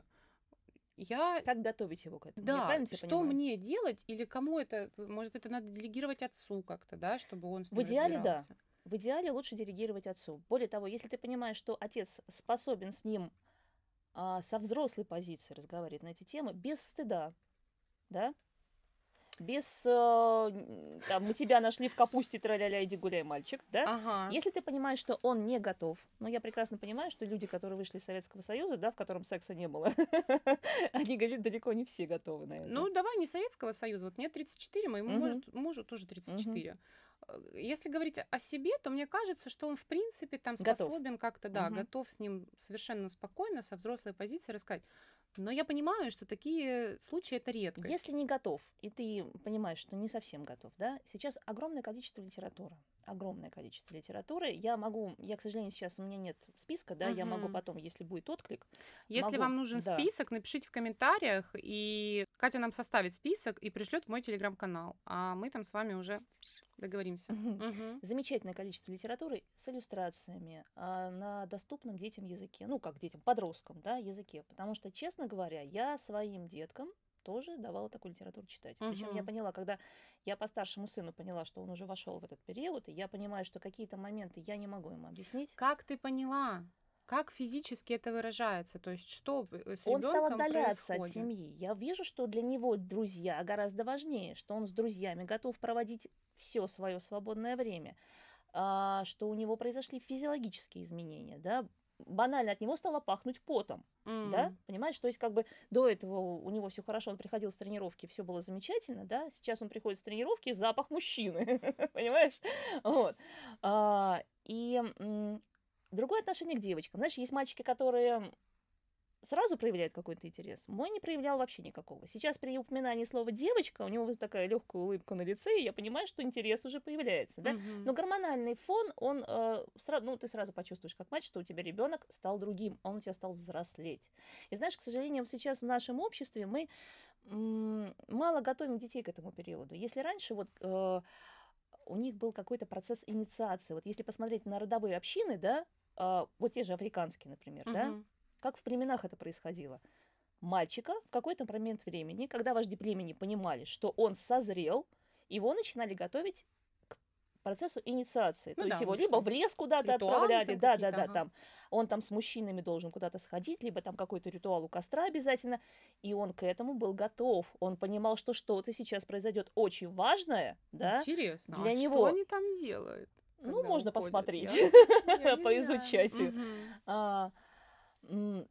[SPEAKER 1] Я
[SPEAKER 2] Как готовить его к этому? Я
[SPEAKER 1] да,
[SPEAKER 2] правильно тебя
[SPEAKER 1] что
[SPEAKER 2] понимаю?
[SPEAKER 1] мне делать или кому это, может, это надо делегировать отцу как-то, да, чтобы он с
[SPEAKER 2] В
[SPEAKER 1] ним
[SPEAKER 2] идеале, да.
[SPEAKER 1] разбирался.
[SPEAKER 2] В идеале лучше делегировать отцу. Более того, если ты понимаешь, что отец способен с ним а, со взрослой позиции разговаривать на эти темы, без стыда, да, без э, м, там, мы тебя нашли в капусте, тра-ля-ля, иди гуляй, мальчик, да.
[SPEAKER 1] Ага.
[SPEAKER 2] Если ты понимаешь, что он не готов, ну, я прекрасно понимаю, что люди, которые вышли из Советского Союза, да, в котором секса не было, они, говорят, далеко не все готовы на это.
[SPEAKER 1] Ну, давай не Советского Союза. Вот мне тридцать четыре, моему
[SPEAKER 2] Мгм,
[SPEAKER 1] может, мужу тоже тридцать
[SPEAKER 2] мгм.
[SPEAKER 1] четыре. Э, Если говорить о себе, то мне кажется, что он, в принципе, там
[SPEAKER 2] Готов.
[SPEAKER 1] способен как-то, да,
[SPEAKER 2] Мгм.
[SPEAKER 1] готов с ним совершенно спокойно, со взрослой позиции рассказать. Но я понимаю, что такие случаи это редкость.
[SPEAKER 2] Если не готов, и ты понимаешь, что не совсем готов, да, сейчас огромное количество литературы. Огромное количество литературы. Я могу, я, к сожалению, сейчас у меня нет списка, да, я могу
[SPEAKER 1] Мгм.
[SPEAKER 2] потом, если будет отклик,
[SPEAKER 1] Если
[SPEAKER 2] могу,
[SPEAKER 1] вам нужен
[SPEAKER 2] да.
[SPEAKER 1] список, напишите в комментариях, и Катя нам составит список и пришлет в мой телеграм-канал, а мы там с вами уже договоримся.
[SPEAKER 2] Мгм.
[SPEAKER 1] Мгм.
[SPEAKER 2] Замечательное количество литературы с иллюстрациями а, на доступном детям языке, ну как детям, подросткам, да, языке. Потому что, честно говоря, я своим деткам тоже давала такую литературу читать. Причем я
[SPEAKER 1] Мгм.
[SPEAKER 2] поняла, когда я по старшему сыну поняла, что он уже вошел в этот период, и я понимаю, что какие-то моменты я не могу ему объяснить.
[SPEAKER 1] Как ты поняла? Как физически это выражается? То есть что э, с
[SPEAKER 2] Он стал
[SPEAKER 1] ребенком
[SPEAKER 2] отдаляться от
[SPEAKER 1] происходит?
[SPEAKER 2] семьи. Я вижу, что для него друзья гораздо важнее, что он с друзьями готов проводить все свое свободное время, а, что у него произошли физиологические изменения, да, банально от него стало пахнуть потом, да,
[SPEAKER 1] М.
[SPEAKER 2] понимаешь, то есть как бы до этого у у него все хорошо, он приходил с тренировки, все было замечательно, да, сейчас он приходит с тренировки, запах мужчины, понимаешь, вот. А, и м, другое отношение к девочкам, знаешь, есть мальчики, которые сразу проявляет какой-то интерес. Мой не проявлял вообще никакого. Сейчас при упоминании слова девочка у него вот такая легкая улыбка на лице, и я понимаю, что интерес уже появляется, да.
[SPEAKER 1] Мгм.
[SPEAKER 2] Но гормональный фон, он э, сразу, ну ты сразу почувствуешь как мать, что у тебя ребенок стал другим, он у тебя стал взрослеть. И знаешь, к сожалению, сейчас в нашем обществе мы м, мало готовим детей к этому периоду. Если раньше вот э, у них был какой-то процесс инициации, вот если посмотреть на родовые общины, да, э, вот те же африканские, например, да,
[SPEAKER 1] Мгм.
[SPEAKER 2] как в племенах это происходило. Мальчика в какой-то момент времени, когда вожди племени понимали, что он созрел, его начинали готовить к процессу инициации.
[SPEAKER 1] Ну
[SPEAKER 2] То есть
[SPEAKER 1] да, у
[SPEAKER 2] его
[SPEAKER 1] них же
[SPEAKER 2] либо
[SPEAKER 1] там
[SPEAKER 2] в лес куда-то
[SPEAKER 1] ритуалы
[SPEAKER 2] отправляли,
[SPEAKER 1] там какие-то,
[SPEAKER 2] да-да-да,
[SPEAKER 1] ага.
[SPEAKER 2] там он там с мужчинами должен куда-то сходить, либо там какой-то ритуал у костра обязательно, и он к этому был готов. Он понимал, что что-то сейчас произойдет очень важное, да,
[SPEAKER 1] Интересно,
[SPEAKER 2] для
[SPEAKER 1] а что
[SPEAKER 2] него.
[SPEAKER 1] они там делают,
[SPEAKER 2] Ну,
[SPEAKER 1] когда
[SPEAKER 2] можно
[SPEAKER 1] уходят?
[SPEAKER 2] посмотреть,
[SPEAKER 1] Я, я не знаю.
[SPEAKER 2] поизучать.
[SPEAKER 1] Мгм.
[SPEAKER 2] А, м,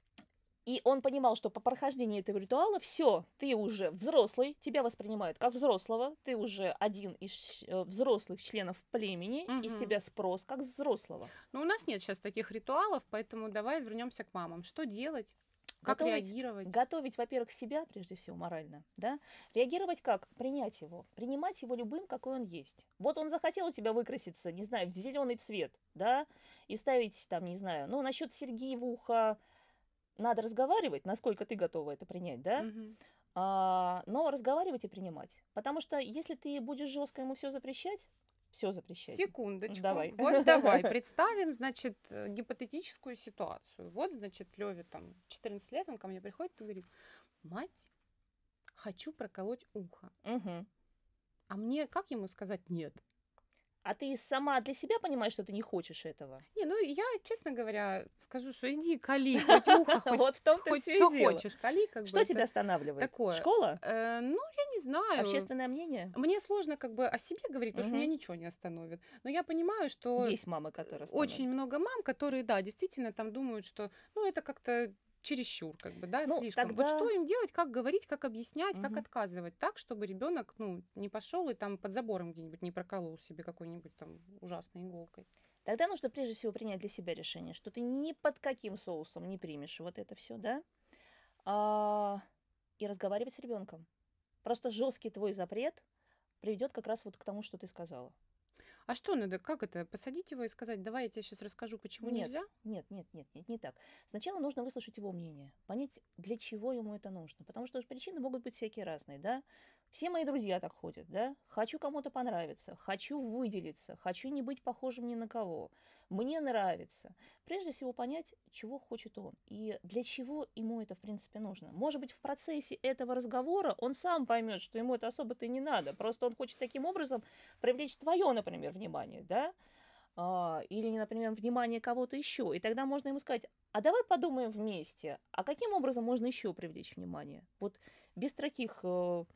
[SPEAKER 2] И он понимал, что по прохождении этого ритуала все, ты уже взрослый, тебя воспринимают как взрослого, ты уже один из ш- э, взрослых членов племени, и с
[SPEAKER 1] Мгм.
[SPEAKER 2] тебя спрос как взрослого.
[SPEAKER 1] Ну, у нас нет сейчас таких ритуалов, поэтому давай вернемся к мамам. Что делать? Как
[SPEAKER 2] Готовить,
[SPEAKER 1] реагировать?
[SPEAKER 2] готовить, во-первых, себя, прежде всего, морально, да? Реагировать как? Принять его, принимать его любым, какой он есть. Вот он захотел у тебя выкраситься, не знаю, в зеленый цвет, да, и ставить там, не знаю, ну, насчет серьги в ухо, надо разговаривать, насколько ты готова это принять, да?
[SPEAKER 1] Мгм.
[SPEAKER 2] А, но разговаривать и принимать. Потому что если ты будешь жестко ему все запрещать, все запрещай.
[SPEAKER 1] Секундочку.
[SPEAKER 2] Давай.
[SPEAKER 1] Вот давай представим, значит, э, гипотетическую ситуацию. Вот, значит, Леве там четырнадцать лет, он ко мне приходит и говорит: мать, хочу проколоть ухо.
[SPEAKER 2] Мгм.
[SPEAKER 1] А мне как ему сказать нет?
[SPEAKER 2] А ты сама для себя понимаешь, что ты не хочешь этого?
[SPEAKER 1] Не, ну я, честно говоря, скажу, что иди кали, хоть ухо, хоть,
[SPEAKER 2] Вот в том-то
[SPEAKER 1] хоть
[SPEAKER 2] все
[SPEAKER 1] что
[SPEAKER 2] и дело.
[SPEAKER 1] хочешь, кали, как бы
[SPEAKER 2] Что тебя
[SPEAKER 1] это
[SPEAKER 2] останавливает?
[SPEAKER 1] такое.
[SPEAKER 2] Школа?
[SPEAKER 1] Э, ну, я не знаю.
[SPEAKER 2] Общественное мнение?
[SPEAKER 1] Мне сложно как бы о себе говорить, потому что меня
[SPEAKER 2] Мгм.
[SPEAKER 1] ничего не остановит. Но я понимаю, что
[SPEAKER 2] Есть мамы, которые
[SPEAKER 1] очень
[SPEAKER 2] остановят.
[SPEAKER 1] много мам, которые, да, действительно там думают, что, ну, это как-то чересчур, как бы, да,
[SPEAKER 2] Ну,
[SPEAKER 1] слишком. Вот что
[SPEAKER 2] тогда...
[SPEAKER 1] им делать, как говорить, как объяснять, как
[SPEAKER 2] Мгм.
[SPEAKER 1] отказывать, так, чтобы ребенок, ну, не пошел и там под забором где-нибудь не проколол себе какой-нибудь там ужасной иголкой.
[SPEAKER 2] Тогда нужно прежде всего принять для себя решение, что ты ни под каким соусом не примешь вот это все, да? А, и разговаривать с ребенком. Просто жесткий твой запрет приведет как раз вот к тому, что ты сказала.
[SPEAKER 1] А что надо, как это, посадить его и сказать: давай я тебе сейчас расскажу, почему
[SPEAKER 2] Нет,
[SPEAKER 1] нельзя?
[SPEAKER 2] нет, нет, нет, нет, не так. Сначала нужно выслушать его мнение, понять, для чего ему это нужно. Потому что причины могут быть всякие разные, да. Все мои друзья так ходят, да. Хочу кому-то понравиться, хочу выделиться, хочу не быть похожим ни на кого. Мне нравится. Прежде всего понять, чего хочет он и для чего ему это в принципе нужно. Может быть, в процессе этого разговора он сам поймет, что ему это особо-то и не надо. Просто он хочет таким образом привлечь твое, например, внимание, да. А, или, например, внимание кого-то еще. И тогда можно ему сказать: а давай подумаем вместе, а каким образом можно еще привлечь внимание? Вот без таких э,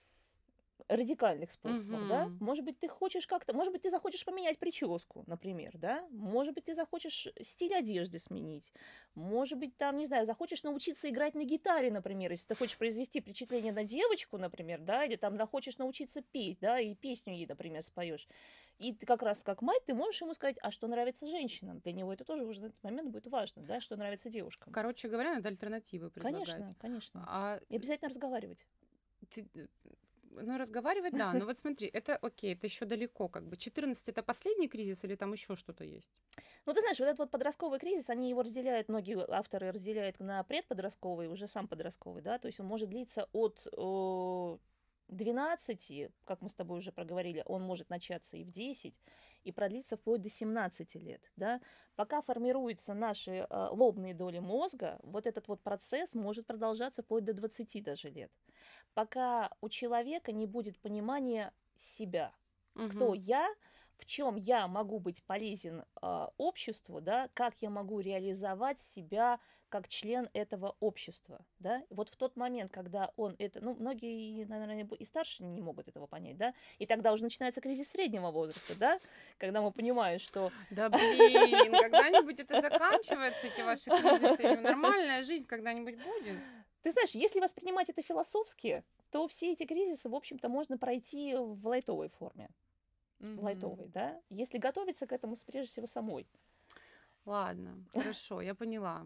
[SPEAKER 2] радикальных способов, да?
[SPEAKER 1] Мгм.
[SPEAKER 2] Может быть, ты хочешь как-то, может быть, ты захочешь поменять прическу, например, да? Может быть, ты захочешь стиль одежды сменить. Может быть, там, не знаю, захочешь научиться играть на гитаре, например, если ты хочешь произвести впечатление на девочку, например, да, или там захочешь научиться петь, да, и песню ей, например, споешь. И ты как раз как мать, ты можешь ему сказать, а что нравится женщинам. Для него это тоже уже на этот момент будет важно, да, что нравится девушкам.
[SPEAKER 1] Короче говоря, надо альтернативы предлагать.
[SPEAKER 2] Конечно, конечно.
[SPEAKER 1] А
[SPEAKER 2] И обязательно разговаривать.
[SPEAKER 1] ты, э, ну, разговаривать, да, но вот смотри, это окей, это еще далеко, как бы. четырнадцать это последний кризис или там еще что-то есть?
[SPEAKER 2] Ну, ты знаешь, вот этот вот подростковый кризис, они его разделяют, многие авторы разделяют на предподростковый и уже сам подростковый, да, то есть он может длиться от э, двенадцати, как мы с тобой уже проговорили, он может начаться и в десять, и продлиться вплоть до семнадцати лет, да. Пока формируются наши э, лобные доли мозга, вот этот вот процесс может продолжаться вплоть до двадцати даже лет. Пока у человека не будет понимания себя, кто
[SPEAKER 1] Угу.
[SPEAKER 2] я, в чем я могу быть полезен а, обществу, да, как я могу реализовать себя как член этого общества, да. Вот в тот момент, когда он это, ну, многие, наверное, и старше не могут этого понять, да, и тогда уже начинается кризис среднего возраста, да, когда мы понимаем, что...
[SPEAKER 1] Да блин, когда-нибудь это заканчивается, эти ваши кризисы, и нормальная жизнь когда-нибудь будет?
[SPEAKER 2] Ты знаешь, если воспринимать это философски, то все эти кризисы, в общем-то, можно пройти в лайтовой форме.
[SPEAKER 1] Мгм.
[SPEAKER 2] Лайтовой, да, если готовиться к этому прежде всего самой.
[SPEAKER 1] Ладно, хорошо, я поняла.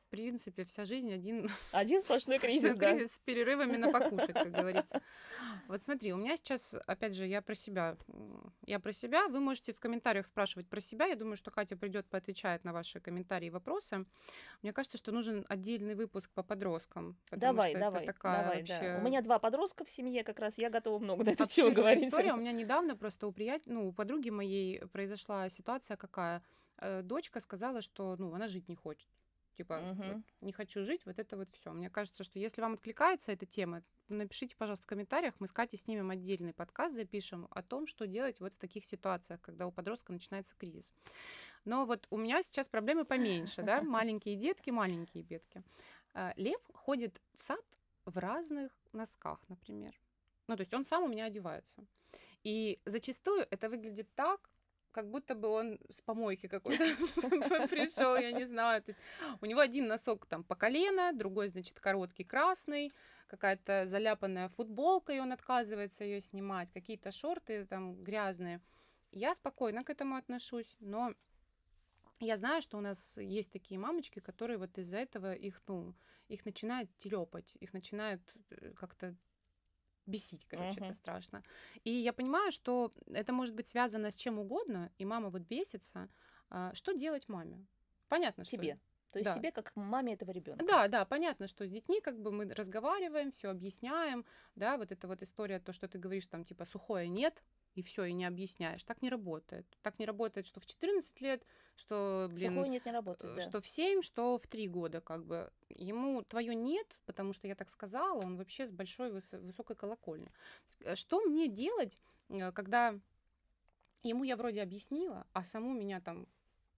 [SPEAKER 1] в принципе, вся жизнь один
[SPEAKER 2] Один сплошной кризис,
[SPEAKER 1] сплошной
[SPEAKER 2] да.
[SPEAKER 1] кризис с перерывами на покушать, как говорится. Вот смотри, у меня сейчас, опять же, я про себя. м, Я про себя. Вы можете в комментариях спрашивать про себя. Я думаю, что Катя придет, поотвечает на ваши комментарии и вопросы. Мне кажется, что нужен отдельный выпуск по подросткам, потому
[SPEAKER 2] Давай,
[SPEAKER 1] что это
[SPEAKER 2] давай,
[SPEAKER 1] такая
[SPEAKER 2] давай, да. У
[SPEAKER 1] вообще
[SPEAKER 2] меня два подростка в семье, как раз я готова много на эту тему
[SPEAKER 1] обширная
[SPEAKER 2] говорить.
[SPEAKER 1] история. У меня недавно просто у прият... ну, у подруги моей произошла ситуация какая. Э, Дочка сказала, что ну, она жить не хочет. Типа, вот,
[SPEAKER 2] Мгм.
[SPEAKER 1] не хочу жить, вот это вот все. Мне кажется, что если вам откликается эта тема, напишите, пожалуйста, в комментариях, мы с Катей снимем отдельный подкаст, запишем о том, что делать вот в таких ситуациях, когда у подростка начинается кризис. Но вот у меня сейчас проблемы поменьше, да, маленькие детки, маленькие бедки. А, Лев ходит в сад в разных носках, например. Ну, то есть он сам у меня одевается. И зачастую это выглядит так, как будто бы он с помойки какой-то пришел, я не знаю. То есть у него один носок там по колено, другой, значит, короткий красный, какая-то заляпанная футболка, и он отказывается ее снимать, какие-то шорты там грязные. Я спокойно к этому отношусь, но я знаю, что у нас есть такие мамочки, которые вот из-за этого их, ну, их начинает телепать, их начинают э, как-то бесить, короче, это
[SPEAKER 2] Мгм.
[SPEAKER 1] страшно. И я понимаю, что это может быть связано с чем угодно, и мама вот бесится. А, Что делать маме? Понятно, что...
[SPEAKER 2] Тебе. То есть
[SPEAKER 1] Да,
[SPEAKER 2] тебе как маме этого ребенка.
[SPEAKER 1] да, да, понятно, что с детьми как бы мы разговариваем, все объясняем, да, вот эта вот история, то, что ты говоришь, там, типа, сухое нет, и все, и не объясняешь. Так не работает. Так не работает, что в четырнадцать лет, что, блин,
[SPEAKER 2] Сухое нет, не работает,
[SPEAKER 1] э,
[SPEAKER 2] да.
[SPEAKER 1] что в семь, что в три года, как бы. Ему твое нет, потому что я так сказала, он вообще с большой выс- высокой колокольни. С- э, Что мне делать, э, когда ему я вроде объяснила, а саму меня там...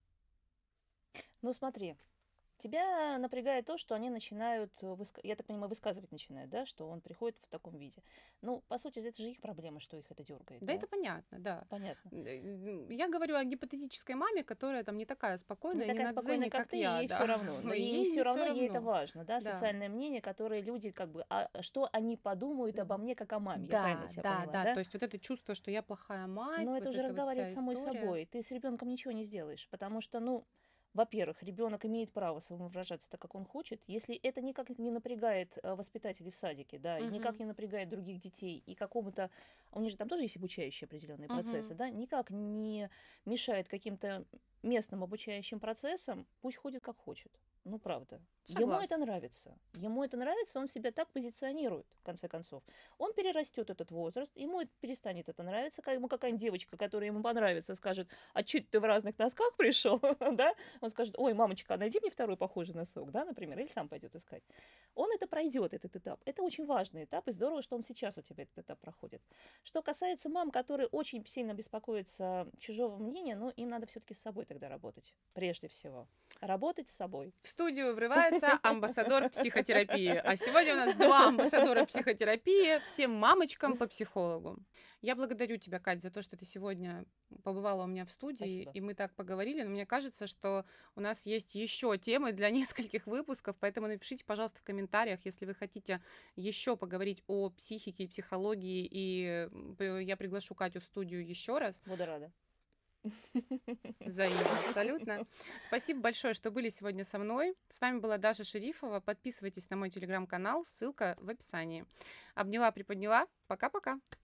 [SPEAKER 2] Ну смотри, тебя напрягает то, что они начинают, э, выска- я так понимаю, высказывать начинают, да, что он приходит в таком виде. Ну, по сути, это же их проблема, что их это дергает,
[SPEAKER 1] Да,
[SPEAKER 2] да?
[SPEAKER 1] это понятно, да.
[SPEAKER 2] Понятно.
[SPEAKER 1] Э, Я говорю о гипотетической маме, которая там не такая
[SPEAKER 2] Не
[SPEAKER 1] спокойная, не
[SPEAKER 2] такая
[SPEAKER 1] на
[SPEAKER 2] спокойная,
[SPEAKER 1] дзене,
[SPEAKER 2] как
[SPEAKER 1] как
[SPEAKER 2] ты, и
[SPEAKER 1] я,
[SPEAKER 2] ей
[SPEAKER 1] да.
[SPEAKER 2] все равно. Но
[SPEAKER 1] И
[SPEAKER 2] ей
[SPEAKER 1] ей
[SPEAKER 2] все
[SPEAKER 1] не все
[SPEAKER 2] равно, ей это
[SPEAKER 1] равно.
[SPEAKER 2] важно, да,
[SPEAKER 1] Да.
[SPEAKER 2] социальное мнение, которое люди как бы, а что они подумают обо мне как о маме, я правильно
[SPEAKER 1] Да,
[SPEAKER 2] тебя
[SPEAKER 1] да,
[SPEAKER 2] поняла,
[SPEAKER 1] да.
[SPEAKER 2] да?
[SPEAKER 1] То есть вот это чувство, что я плохая мать,
[SPEAKER 2] Но это
[SPEAKER 1] вот
[SPEAKER 2] уже
[SPEAKER 1] эта вот
[SPEAKER 2] разговаривать
[SPEAKER 1] вся
[SPEAKER 2] с самой
[SPEAKER 1] история.
[SPEAKER 2] собой. Ты с ребенком ничего не сделаешь, потому что, ну, во-первых, ребенок имеет право самовыражаться так, как он хочет. Если это никак не напрягает э, воспитателей в садике, да, и никак
[SPEAKER 1] Мгм,
[SPEAKER 2] не напрягает других детей, и какому-то, у них же там тоже есть обучающие определенные процессы,
[SPEAKER 1] мгм.
[SPEAKER 2] да, никак не мешает каким-то местным обучающим процессам, пусть ходит как хочет. Ну, правда. Ему это
[SPEAKER 1] Согласна.
[SPEAKER 2] нравится. Ему это нравится, он себя так позиционирует, в конце концов. Он перерастет этот возраст, ему это перестанет это нравиться. Как ему какая-нибудь девочка, которая ему понравится, скажет, а чё это ты в разных носках пришел, да? Он скажет, ой, мамочка, а найди мне второй похожий носок, да, например, или сам пойдет искать. Он это пройдет, этот этап. Это очень важный этап, и здорово, что он сейчас у тебя этот этап проходит. Что касается мам, которые очень сильно беспокоятся чужого мнения, ну, им надо все-таки с собой тогда работать, прежде всего. Работать с собой.
[SPEAKER 1] В студию врывается амбассадор психотерапии. А сегодня у нас два амбассадора психотерапии, всем мамочкам по психологу. Я благодарю тебя, Кать, за то, что ты сегодня побывала у меня в студии,
[SPEAKER 2] Спасибо.
[SPEAKER 1] и мы так поговорили. Но мне кажется, что у нас есть еще темы для нескольких выпусков, поэтому напишите, пожалуйста, в комментариях, если вы хотите еще поговорить о психике и психологии, и м, я приглашу Катю в студию еще раз.
[SPEAKER 2] Буду рада.
[SPEAKER 1] Взаимно, абсолютно. Спасибо большое, что были сегодня со мной. С вами была Даша Шерифова. Подписывайтесь на мой телеграм-канал, ссылка в описании. Обняла, приподняла. Пока-пока.